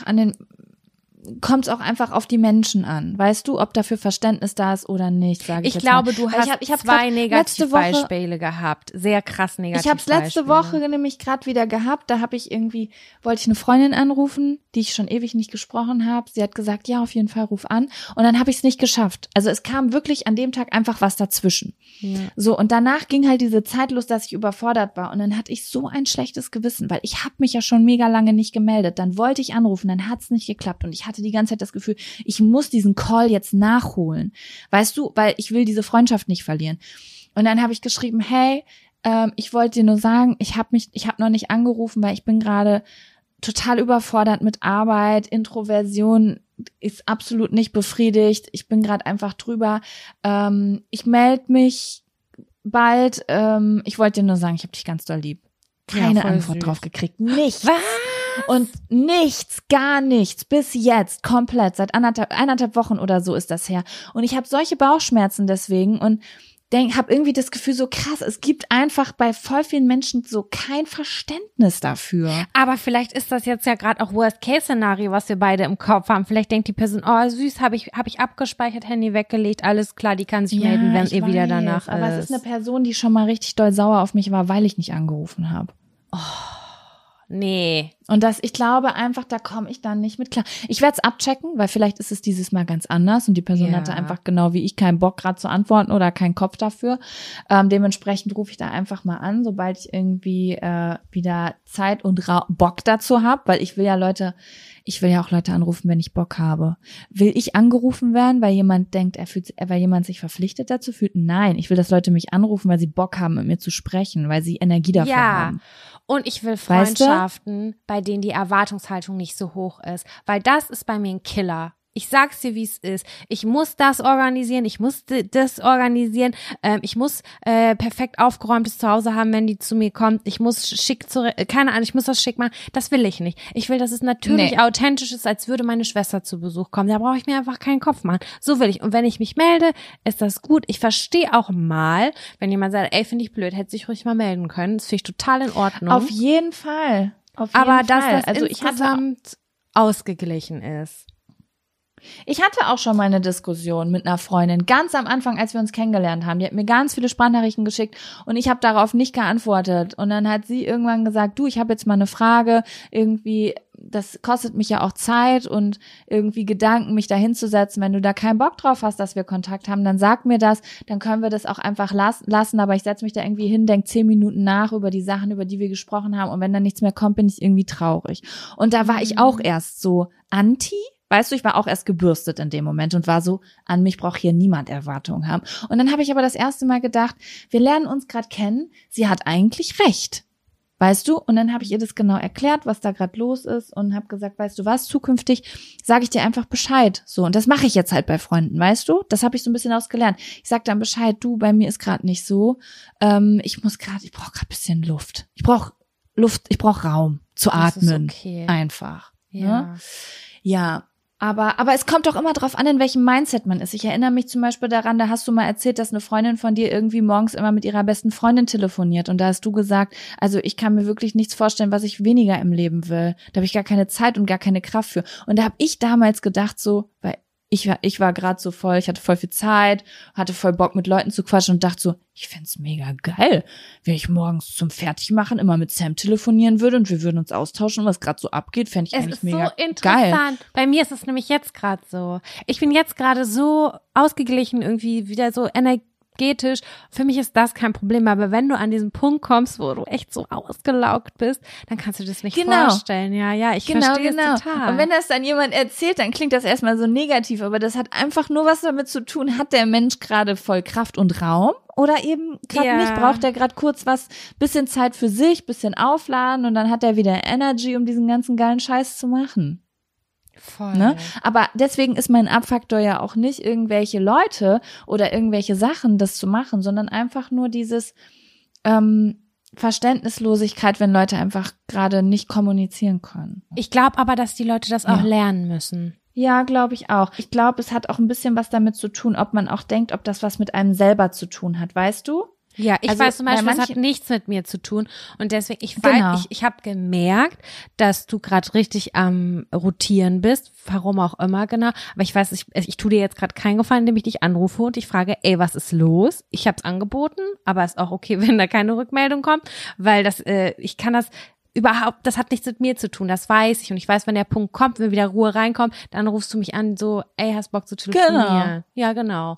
kommt es auch einfach auf die Menschen an. Weißt du, ob dafür Verständnis da ist oder nicht, sage ich jetzt glaube, mal. Du hast zwei Negativbeispiele gehabt. Sehr krass Negativbeispiele. Ich habe es letzte Woche nämlich gerade wieder gehabt. Da wollte ich eine Freundin anrufen, die ich schon ewig nicht gesprochen habe. Sie hat gesagt, ja, auf jeden Fall ruf an. Und dann habe ich es nicht geschafft. Also es kam wirklich an dem Tag einfach was dazwischen. Ja. So, und danach ging halt diese Zeit los, dass ich überfordert war. Und dann hatte ich so ein schlechtes Gewissen, weil ich habe mich ja schon mega lange nicht gemeldet. Dann wollte ich anrufen, dann hat es nicht geklappt. Und ich hatte die ganze Zeit das Gefühl, ich muss diesen Call jetzt nachholen. Weißt du, weil ich will diese Freundschaft nicht verlieren. Und dann habe ich geschrieben, hey, ich wollte dir nur sagen, ich habe noch nicht angerufen, weil ich bin gerade total überfordert mit Arbeit, Introversion ist absolut nicht befriedigt. Ich bin gerade einfach drüber. Ich melde mich bald. Ich wollte dir nur sagen, ich habe dich ganz doll lieb. Keine Antwort drauf gekriegt. Nichts. Was? Und nichts, gar nichts, bis jetzt, komplett, seit eineinhalb Wochen oder so ist das her. Und ich habe solche Bauchschmerzen deswegen und habe irgendwie das Gefühl, so krass, es gibt einfach bei voll vielen Menschen so kein Verständnis dafür. Aber vielleicht ist das jetzt ja gerade auch Worst-Case-Szenario, was wir beide im Kopf haben. Vielleicht denkt die Person, oh süß, hab ich abgespeichert, Handy weggelegt, alles klar, die kann sich melden, wenn ihr wieder danach ist. Aber es ist eine Person, die schon mal richtig doll sauer auf mich war, weil ich nicht angerufen habe. Oh. Nee. Und ich glaube einfach, da komme ich dann nicht mit klar. Ich werde es abchecken, weil vielleicht ist es dieses Mal ganz anders und die Person hatte einfach genau wie ich keinen Bock gerade zu antworten oder keinen Kopf dafür. Dementsprechend rufe ich da einfach mal an, sobald ich irgendwie wieder Zeit und Bock dazu habe, weil ich will ja auch Leute anrufen, wenn ich Bock habe. Will ich angerufen werden, weil jemand denkt, weil jemand sich verpflichtet dazu fühlt? Nein, ich will, dass Leute mich anrufen, weil sie Bock haben, mit mir zu sprechen, weil sie Energie dafür haben. Und ich will Freundschaften, bei denen die Erwartungshaltung nicht so hoch ist, weil das ist bei mir ein Killer. Ich sag's dir, wie es ist. Ich muss das organisieren, ich muss das organisieren, ich muss perfekt aufgeräumtes Zuhause haben, wenn die zu mir kommt. Ich muss keine Ahnung, ich muss das schick machen. Das will ich nicht. Ich will, dass es natürlich authentisch ist, als würde meine Schwester zu Besuch kommen. Da brauche ich mir einfach keinen Kopf machen. So will ich. Und wenn ich mich melde, ist das gut. Ich verstehe auch mal, wenn jemand sagt, ey, finde ich blöd, hätte sich ruhig mal melden können. Das finde ich total in Ordnung. Auf jeden Fall. Aber dass das insgesamt ausgeglichen ist. Ich hatte auch schon mal eine Diskussion mit einer Freundin, ganz am Anfang, als wir uns kennengelernt haben. Die hat mir ganz viele Sprachnachrichten geschickt und ich habe darauf nicht geantwortet. Und dann hat sie irgendwann gesagt, du, ich habe jetzt mal eine Frage, irgendwie, das kostet mich ja auch Zeit und irgendwie Gedanken, mich da hinzusetzen. Wenn du da keinen Bock drauf hast, dass wir Kontakt haben, dann sag mir das, dann können wir das auch einfach lassen. Aber ich setze mich da irgendwie hin, denk 10 Minuten nach über die Sachen, über die wir gesprochen haben. Und wenn dann nichts mehr kommt, bin ich irgendwie traurig. Und da war ich auch erst so anti. Weißt du, ich war auch erst gebürstet in dem Moment und war so, an mich braucht hier niemand Erwartungen haben. Und dann habe ich aber das erste Mal gedacht, wir lernen uns gerade kennen, sie hat eigentlich recht. Weißt du? Und dann habe ich ihr das genau erklärt, was da gerade los ist und habe gesagt, weißt du was, zukünftig sage ich dir einfach Bescheid. So, und das mache ich jetzt halt bei Freunden, weißt du? Das habe ich so ein bisschen ausgelernt. Ich sag dann Bescheid, du, bei mir ist gerade nicht so. Ich brauche gerade ein bisschen Luft. Ich brauche Raum zu atmen. Das ist okay. Einfach. Ja. Ne? Ja. Aber es kommt doch immer drauf an, in welchem Mindset man ist. Ich erinnere mich zum Beispiel daran, da hast du mal erzählt, dass eine Freundin von dir irgendwie morgens immer mit ihrer besten Freundin telefoniert. Und da hast du gesagt, also ich kann mir wirklich nichts vorstellen, was ich weniger im Leben will. Da habe ich gar keine Zeit und gar keine Kraft für. Und da habe ich damals gedacht so, weil ich war gerade so voll, ich hatte voll viel Zeit, hatte voll Bock mit Leuten zu quatschen und dachte so, ich fänd's mega geil, wenn ich morgens zum Fertigmachen immer mit Sam telefonieren würde und wir würden uns austauschen, was gerade so abgeht, fände ich eigentlich mega geil. Es ist so interessant. Bei mir ist es nämlich jetzt gerade so. Ich bin jetzt gerade so ausgeglichen, irgendwie wieder so energetisch. Für mich ist das kein Problem, aber wenn du an diesen Punkt kommst, wo du echt so ausgelaugt bist, dann kannst du das nicht vorstellen. Ja, ich verstehe es total. Und wenn das dann jemand erzählt, dann klingt das erstmal so negativ, aber das hat einfach nur was damit zu tun, hat der Mensch gerade voll Kraft und Raum oder eben gerade nicht, braucht er gerade kurz bisschen Zeit für sich, bisschen aufladen und dann hat er wieder Energy, um diesen ganzen geilen Scheiß zu machen. Voll. Ne? Aber deswegen ist mein Abfaktor ja auch nicht irgendwelche Leute oder irgendwelche Sachen, das zu machen, sondern einfach nur dieses Verständnislosigkeit, wenn Leute einfach gerade nicht kommunizieren können. Ich glaube aber, dass die Leute das auch lernen müssen. Ja, glaube ich auch. Ich glaube, es hat auch ein bisschen was damit zu tun, ob man auch denkt, ob das was mit einem selber zu tun hat, weißt du? Ja, ich weiß zum Beispiel, das hat nichts mit mir zu tun und deswegen, ich habe gemerkt, dass du gerade richtig am Rotieren bist, warum auch immer, genau, aber ich weiß, ich tue dir jetzt gerade keinen Gefallen, indem ich dich anrufe und ich frage, ey, was ist los? Ich habe es angeboten, aber ist auch okay, wenn da keine Rückmeldung kommt, weil ich kann das überhaupt, das hat nichts mit mir zu tun, das weiß ich und ich weiß, wenn der Punkt kommt, wenn wieder Ruhe reinkommt, dann rufst du mich an, so, ey, hast Bock zu telefonieren? Genau. Ja, genau.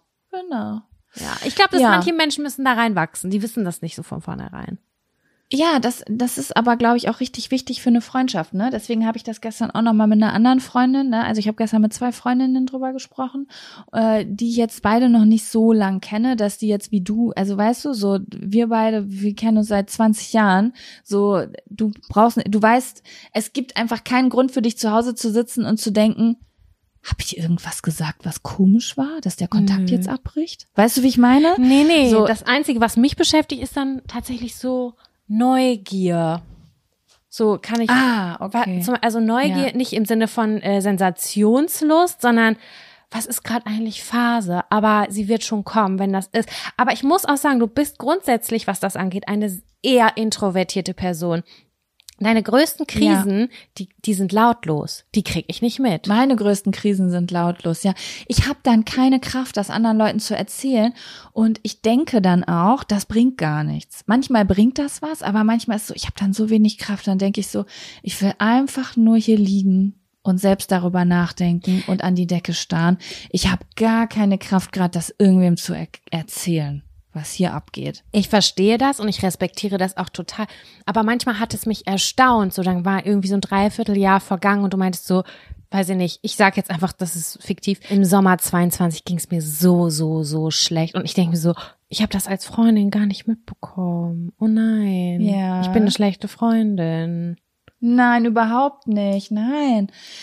Ja, ich glaube, dass manche Menschen müssen da reinwachsen. Die wissen das nicht so von vornherein. Ja, das ist aber, glaube ich, auch richtig wichtig für eine Freundschaft, ne? Deswegen habe ich das gestern auch noch mal mit einer anderen Freundin, ne? Also ich habe gestern mit 2 Freundinnen drüber gesprochen, die ich jetzt beide noch nicht so lang kenne, dass die jetzt wie du, also weißt du, so wir kennen uns seit 20 Jahren, so du weißt, es gibt einfach keinen Grund für dich zu Hause zu sitzen und zu denken, habe ich irgendwas gesagt, was komisch war, dass der Kontakt jetzt abbricht? Weißt du, wie ich meine? Nee. So, das Einzige, was mich beschäftigt, ist dann tatsächlich so Neugier. So kann ich. Okay. Also Neugier nicht im Sinne von Sensationslust, sondern was ist gerade eigentlich Phase? Aber sie wird schon kommen, wenn das ist. Aber ich muss auch sagen, du bist grundsätzlich, was das angeht, eine eher introvertierte Person. Deine größten Krisen, die sind lautlos. Die krieg ich nicht mit. Meine größten Krisen sind lautlos, ja. Ich habe dann keine Kraft, das anderen Leuten zu erzählen. Und ich denke dann auch, das bringt gar nichts. Manchmal bringt das was, aber manchmal ist so, ich habe dann so wenig Kraft. Dann denke ich so, ich will einfach nur hier liegen und selbst darüber nachdenken und an die Decke starren. Ich habe gar keine Kraft, gerade das irgendwem zu erzählen, was hier abgeht. Ich verstehe das und ich respektiere das auch total. Aber manchmal hat es mich erstaunt. So, dann war irgendwie so ein Dreivierteljahr vergangen und du meintest so, weiß ich nicht, ich sag jetzt einfach, das ist fiktiv. Im Sommer 22 ging es mir so schlecht. Und ich denke mir so, ich habe das als Freundin gar nicht mitbekommen. Oh nein, ja. Ich bin eine schlechte Freundin. Nein, überhaupt nicht, nein.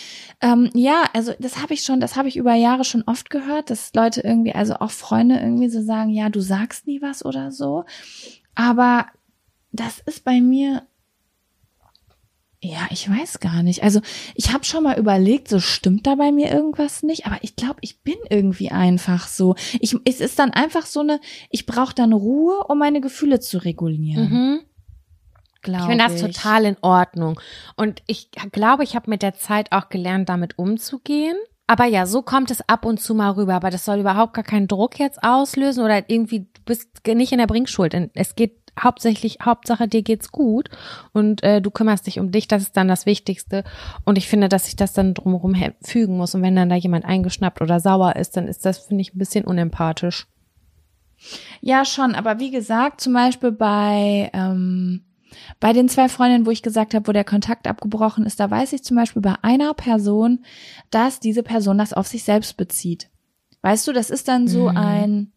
Ja, also das habe ich über Jahre schon oft gehört, dass Leute irgendwie, also auch Freunde irgendwie so sagen, ja, du sagst nie was oder so. Aber das ist bei mir, ja, ich weiß gar nicht. Also ich habe schon mal überlegt, so stimmt da bei mir irgendwas nicht, aber ich glaube, ich bin irgendwie einfach so. Es ist dann einfach so ich brauche dann Ruhe, um meine Gefühle zu regulieren. Mhm. Ich finde das total in Ordnung. Und ich glaube, ich habe mit der Zeit auch gelernt, damit umzugehen. Aber ja, so kommt es ab und zu mal rüber. Aber das soll überhaupt gar keinen Druck jetzt auslösen oder irgendwie, du bist nicht in der Bringschuld. Es geht Hauptsache dir geht's gut und du kümmerst dich um dich, das ist dann das Wichtigste. Und ich finde, dass sich das dann drumherum fügen muss. Und wenn dann da jemand eingeschnappt oder sauer ist, dann ist das, finde ich, ein bisschen unempathisch. Ja, schon. Aber wie gesagt, zum Beispiel bei den 2 Freundinnen, wo ich gesagt habe, wo der Kontakt abgebrochen ist, da weiß ich zum Beispiel bei einer Person, dass diese Person das auf sich selbst bezieht. Weißt du, das ist dann so ein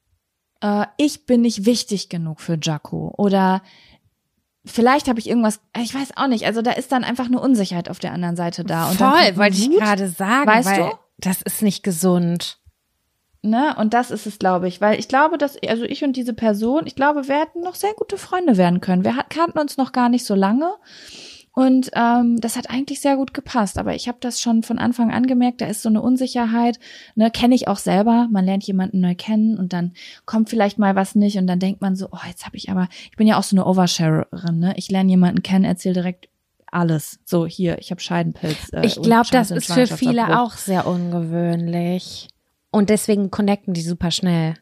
ich bin nicht wichtig genug für Jaco oder vielleicht habe ich irgendwas, ich weiß auch nicht, also da ist dann einfach eine Unsicherheit auf der anderen Seite da. Und voll, wollte ich gerade sagen, weißt du? Das ist nicht gesund. Ne? Und das ist es, glaube ich, weil ich glaube, dass, also ich und diese Person, ich glaube, wir hätten noch sehr gute Freunde werden können. Wir kannten uns noch gar nicht so lange und das hat eigentlich sehr gut gepasst, aber ich habe das schon von Anfang an gemerkt, da ist so eine Unsicherheit, ne, kenne ich auch selber, man lernt jemanden neu kennen und dann kommt vielleicht mal was nicht und dann denkt man so, oh, jetzt habe ich bin ja auch so eine Oversharerin, ne, ich lerne jemanden kennen, erzähle direkt alles, so hier, ich habe Scheidenpilz. Ich glaube, das ist für viele auch sehr ungewöhnlich. Und deswegen connecten die super schnell.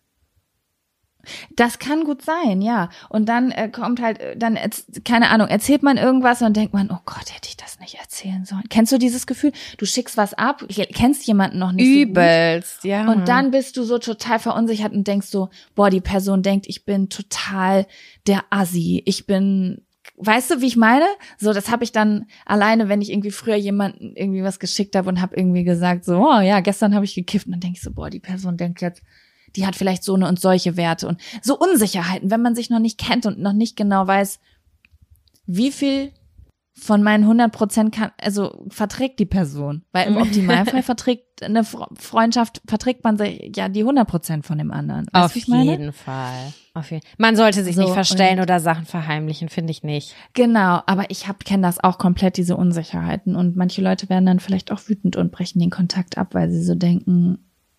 Das kann gut sein, ja. Und dann kommt halt, keine Ahnung, erzählt man irgendwas und denkt man, oh Gott, hätte ich das nicht erzählen sollen. Kennst du dieses Gefühl? Du schickst was ab, kennst jemanden noch nicht Übelst, so gut. ja. Und dann bist du so total verunsichert und denkst so, boah, die Person denkt, ich bin total der Assi. Weißt du, wie ich meine? So, das habe ich dann alleine, wenn ich irgendwie früher jemanden irgendwie was geschickt habe und habe irgendwie gesagt, so, oh ja, gestern habe ich gekifft. Und dann denke ich so, boah, die Person denkt jetzt, die hat vielleicht so eine und solche Werte und so Unsicherheiten, wenn man sich noch nicht kennt und noch nicht genau weiß, wie viel von meinen 100% verträgt die Person. Weil im Optimalfall verträgt eine Freundschaft, verträgt man sich ja die 100% von dem anderen. Weißt Auf jeden Fall. Man sollte sich nicht verstellen oder Sachen verheimlichen, finde ich nicht. Genau, aber ich kenne das auch komplett, diese Unsicherheiten. Und manche Leute werden dann vielleicht auch wütend und brechen den Kontakt ab, weil sie so denken,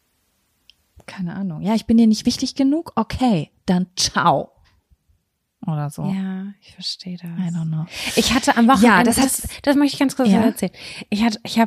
keine Ahnung, ja, ich bin dir nicht wichtig genug? Okay, dann ciao. Oder so. Ja, ich verstehe das. I don't know. Ich hatte am Wochenende, ja, das möchte ich ganz kurz erzählen. Ich habe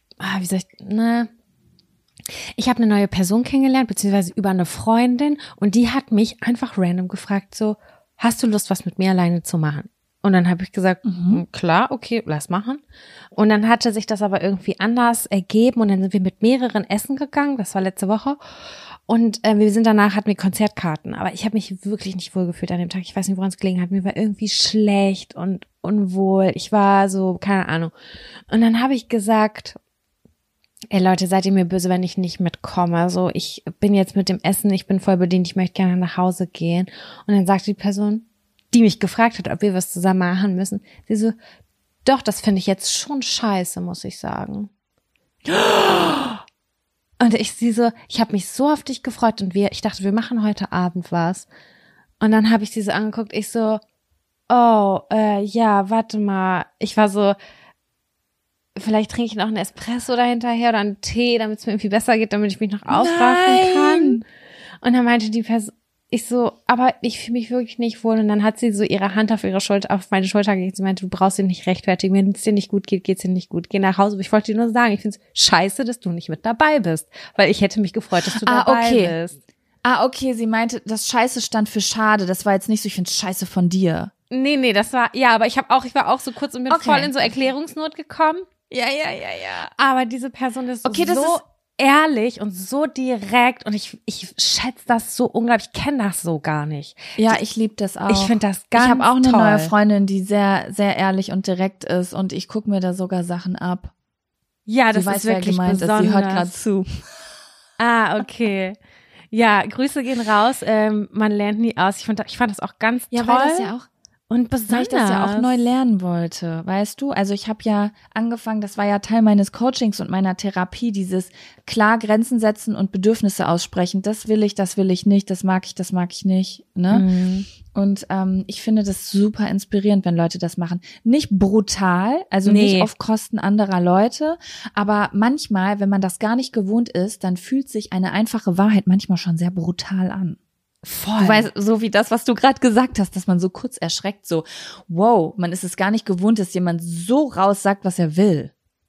eine neue Person kennengelernt, beziehungsweise über eine Freundin und die hat mich einfach random gefragt, so, hast du Lust, was mit mir alleine zu machen? Und dann habe ich gesagt, klar, okay, lass machen. Und dann hatte sich das aber irgendwie anders ergeben und dann sind wir mit mehreren essen gegangen, das war letzte Woche. Und hatten wir Konzertkarten, aber ich habe mich wirklich nicht wohl gefühlt an dem Tag. Ich weiß nicht, woran es gelegen hat. Mir war irgendwie schlecht und unwohl. Ich war so, keine Ahnung. Und dann habe ich gesagt, ey Leute, seid ihr mir böse, wenn ich nicht mitkomme? So, ich bin jetzt mit dem Essen, ich bin voll bedient, ich möchte gerne nach Hause gehen. Und dann sagte die Person, die mich gefragt hat, ob wir was zusammen machen müssen, sie so, doch, das finde ich jetzt schon scheiße, muss ich sagen. Und ich habe mich so auf dich gefreut und ich dachte, wir machen heute Abend was. Und dann habe ich sie so angeguckt, ich so, ja, warte mal. Ich war so, vielleicht trinke ich noch einen Espresso dahinterher oder einen Tee, damit es mir irgendwie besser geht, damit ich mich noch aufraffen kann. Und dann meinte die Person, ich so, aber ich fühle mich wirklich nicht wohl. Und dann hat sie so ihre Hand auf meine Schulter gelegt. Sie meinte, du brauchst dich nicht rechtfertigen. Wenn es dir nicht gut geht, geht's dir nicht gut. Geh nach Hause. Aber ich wollte dir nur sagen, ich finde es scheiße, dass du nicht mit dabei bist. Weil ich hätte mich gefreut, dass du dabei bist. Okay, sie meinte, das Scheiße stand für schade. Das war jetzt nicht so, ich finde es scheiße von dir. Nee, das war, ja, aber ich war auch so kurz und bin voll in so Erklärungsnot gekommen. Ja. Aber diese Person ist so ehrlich und so direkt und ich schätze das so unglaublich, ich kenne das so gar nicht. Ja, ich liebe das auch. Ich finde das ganz toll. Ich habe auch eine neue Freundin, die sehr, sehr ehrlich und direkt ist und ich gucke mir da sogar Sachen ab. Ja, das ist wirklich besonders. Sie hört gerade zu. Ah, okay. Ja, Grüße gehen raus. Man lernt nie aus. Ich fand das auch ganz toll. Ja, weil das ja auch und besonders. Weil ich das ja auch neu lernen wollte, weißt du? Also ich habe ja angefangen, das war ja Teil meines Coachings und meiner Therapie, dieses klar Grenzen setzen und Bedürfnisse aussprechen. Das will ich nicht, das mag ich nicht, ne? Mhm. Und ich finde das super inspirierend, wenn Leute das machen. Nicht brutal, also nicht auf Kosten anderer Leute, aber manchmal, wenn man das gar nicht gewohnt ist, dann fühlt sich eine einfache Wahrheit manchmal schon sehr brutal an. Voll. Du weißt, so wie das, was du gerade gesagt hast, dass man so kurz erschreckt, so, wow, man ist es gar nicht gewohnt, dass jemand so raussagt, was er will.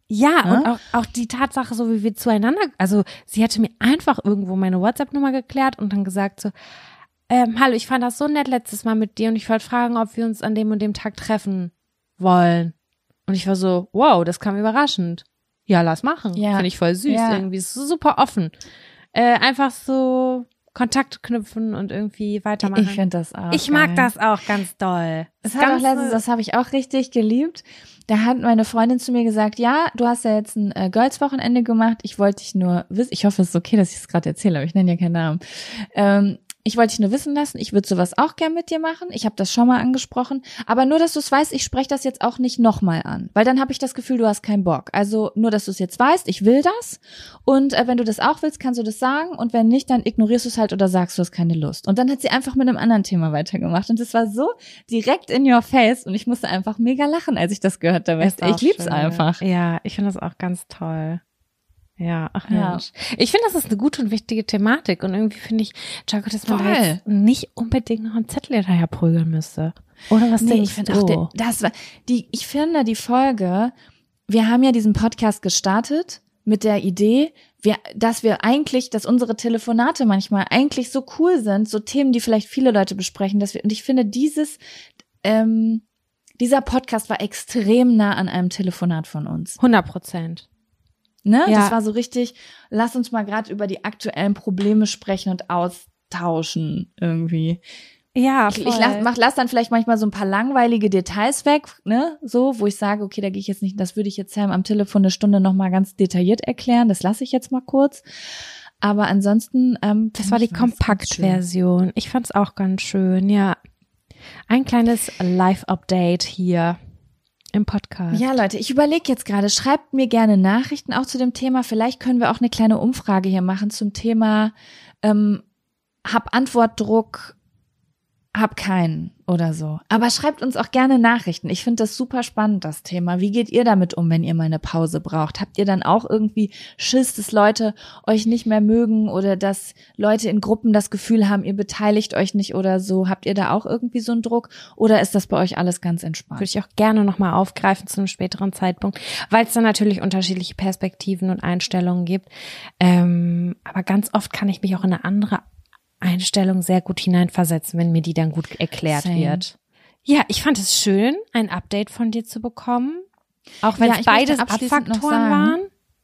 Ja, und auch die Tatsache, so wie wir zueinander, also sie hatte mir einfach irgendwo meine WhatsApp-Nummer geklärt und dann gesagt so, hallo, ich fand das so nett letztes Mal mit dir und ich wollte fragen, ob wir uns an dem und dem Tag treffen wollen. Und ich war so, wow, das kam überraschend. Ja, lass machen. Ja. Finde ich voll süß irgendwie. Ist so super offen. Einfach so Kontakt knüpfen und irgendwie weitermachen. Ich finde das auch Ich geil. mag das auch ganz doll. Es hat auch letztens, das habe ich auch richtig geliebt. Da hat meine Freundin zu mir gesagt, ja, du hast ja jetzt ein Girls-Wochenende gemacht. Ich wollte dich nur wissen, ich hoffe, es ist okay, dass ich es gerade erzähle, aber ich nenne ja keinen Namen. Ich wollte dich nur wissen lassen, ich würde sowas auch gern mit dir machen. Ich habe das schon mal angesprochen. Aber nur, dass du es weißt, ich spreche das jetzt auch nicht nochmal an. Weil dann habe ich das Gefühl, du hast keinen Bock. Also nur, dass du es jetzt weißt, ich will das. Und wenn du das auch willst, kannst du das sagen. Und wenn nicht, dann ignorierst du es halt oder sagst, du hast keine Lust. Und dann hat sie einfach mit einem anderen Thema weitergemacht. Und das war so direkt in your face. Und ich musste einfach mega lachen, als ich das gehört habe. Ich lieb's einfach. Ja, ich finde das auch ganz toll. Ja, ach Ja. Mensch. Ich finde, das ist eine gute und wichtige Thematik und irgendwie finde ich, Jaco, dass man da jetzt nicht unbedingt noch einen Zettel hinterher prügeln müsste. Oder was Nee, denkst ich finde du? auch, ich finde die Folge, wir haben ja diesen Podcast gestartet mit der Idee, dass unsere Telefonate manchmal eigentlich so cool sind, so Themen, die vielleicht viele Leute besprechen, und ich finde dieser Podcast war extrem nah an einem Telefonat von uns. 100%. Ne? Ja. Das war so richtig, lass uns mal gerade über die aktuellen Probleme sprechen und austauschen irgendwie. Ja, Ich lass dann vielleicht manchmal so ein paar langweilige Details weg, ne, so, wo ich sage, okay, da gehe ich jetzt nicht, das würde ich jetzt Sam am Telefon eine Stunde nochmal ganz detailliert erklären, das lasse ich jetzt mal kurz. Aber ansonsten, das war die Kompaktversion. Ich fand's auch ganz schön, ja. Ein kleines Live-Update hier im Podcast. Ja, Leute, ich überlege jetzt gerade, schreibt mir gerne Nachrichten auch zu dem Thema. Vielleicht können wir auch eine kleine Umfrage hier machen zum Thema hab Antwortdruck, hab keinen oder so. Aber schreibt uns auch gerne Nachrichten. Ich finde das super spannend, das Thema. Wie geht ihr damit um, wenn ihr mal eine Pause braucht? Habt ihr dann auch irgendwie Schiss, dass Leute euch nicht mehr mögen oder dass Leute in Gruppen das Gefühl haben, ihr beteiligt euch nicht oder so? Habt ihr da auch irgendwie so einen Druck oder ist das bei euch alles ganz entspannt? Würde ich auch gerne nochmal aufgreifen zu einem späteren Zeitpunkt, weil es dann natürlich unterschiedliche Perspektiven und Einstellungen gibt. Aber ganz oft kann ich mich auch in eine andere Einstellung sehr gut hineinversetzen, wenn mir die dann gut erklärt wird. Ja, ich fand es schön, ein Update von dir zu bekommen. Auch wenn es beides Abfaktoren waren.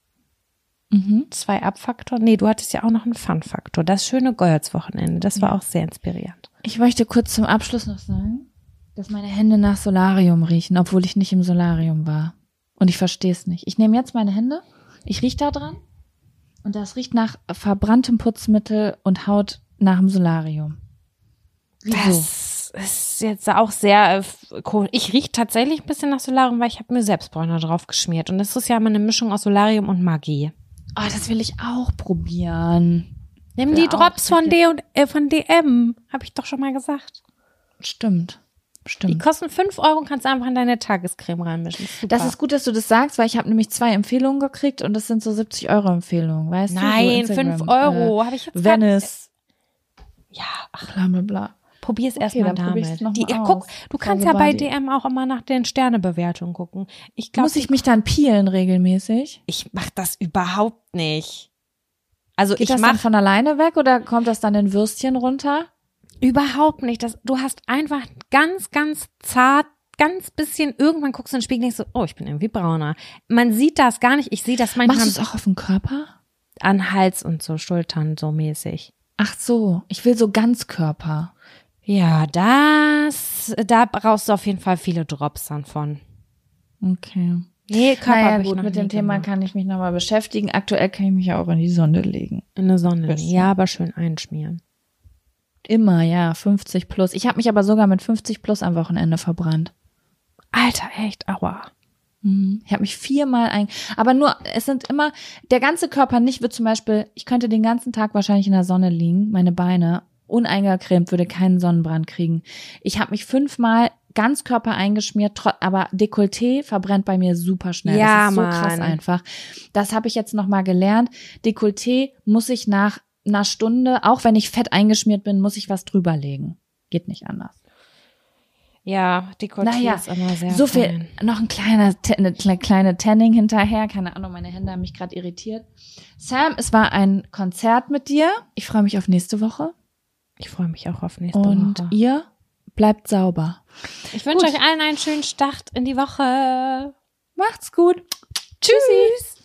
Mhm. 2 Abfaktoren. Nee, du hattest ja auch noch einen Fun-Faktor. Das schöne Goyerts-Wochenende. Das war auch sehr inspirierend. Ich möchte kurz zum Abschluss noch sagen, dass meine Hände nach Solarium riechen, obwohl ich nicht im Solarium war. Und ich verstehe es nicht. Ich nehme jetzt meine Hände, ich rieche da dran und das riecht nach verbranntem Putzmittel und Haut nach dem Solarium. Wieso? Das ist jetzt auch sehr komisch. Ich rieche tatsächlich ein bisschen nach Solarium, weil ich habe mir Selbstbräuner drauf geschmiert. Und das ist ja immer eine Mischung aus Solarium und Magie. Oh, das will ich auch probieren. Nimm die Drops von DM. Habe ich doch schon mal gesagt. Stimmt. Die kosten 5 € und kannst einfach in deine Tagescreme reinmischen. Das ist gut, dass du das sagst, weil ich habe nämlich 2 Empfehlungen gekriegt und das sind so 70 € Empfehlungen, weißt du? Nein, so 5 €. Habe ich jetzt Venice. Ja, ach, Bla bla bla. probier's Okay, erstmal dann probier ich's damit. noch mal Guck, aus. du kannst Also ja bei Body. DM auch immer nach den Sternebewertungen gucken. Ich glaub, Muss ich mich dann peelen regelmäßig? ich mach das überhaupt nicht. Also Geht ich das dann mach von alleine weg oder kommt das dann in Würstchen runter? überhaupt nicht. Du hast einfach ganz, ganz zart, ganz bisschen, irgendwann guckst du in den Spiegel und denkst so, oh, ich bin irgendwie brauner. Man sieht das gar nicht. Ich sehe das manchmal Machst du es auch auf dem Körper? an Hals und so Schultern so mäßig. Ach so, ich will so Ganzkörper. Ja, da brauchst du auf jeden Fall viele Drops dann von. Okay. Nee, Körper Naja hab ich gut, noch mit nie dem Thema gemacht. kann ich mich nochmal beschäftigen. Aktuell kann ich mich ja auch in die Sonne legen. In der Sonne. Bisschen. Ja, aber schön einschmieren. Immer, ja, 50 plus. Ich habe mich aber sogar mit 50 plus am Wochenende verbrannt. Alter, echt, aua. Ich habe mich 4-mal aber nur, es sind immer, der ganze Körper nicht, wird zum Beispiel, ich könnte den ganzen Tag wahrscheinlich in der Sonne liegen, meine Beine, uneingecremt, würde keinen Sonnenbrand kriegen. Ich habe mich 5-mal Ganzkörper eingeschmiert, aber Dekolleté verbrennt bei mir super schnell. Ja, das ist so Mann. krass einfach. Das habe ich jetzt nochmal gelernt. Dekolleté muss ich nach einer Stunde, auch wenn ich fett eingeschmiert bin, muss ich was drüber legen. Geht nicht anders. Ja, Dekolleté ist immer sehr so viel, fein. noch eine kleine Tanning hinterher. Keine Ahnung, meine Hände haben mich gerade irritiert. Sam, es war ein Konzert mit dir. Ich freue mich auf nächste Woche. Ich freue mich auch auf nächste Woche. Und ihr bleibt sauber. Ich wünsche euch allen einen schönen Start in die Woche. Macht's gut. Tschüss.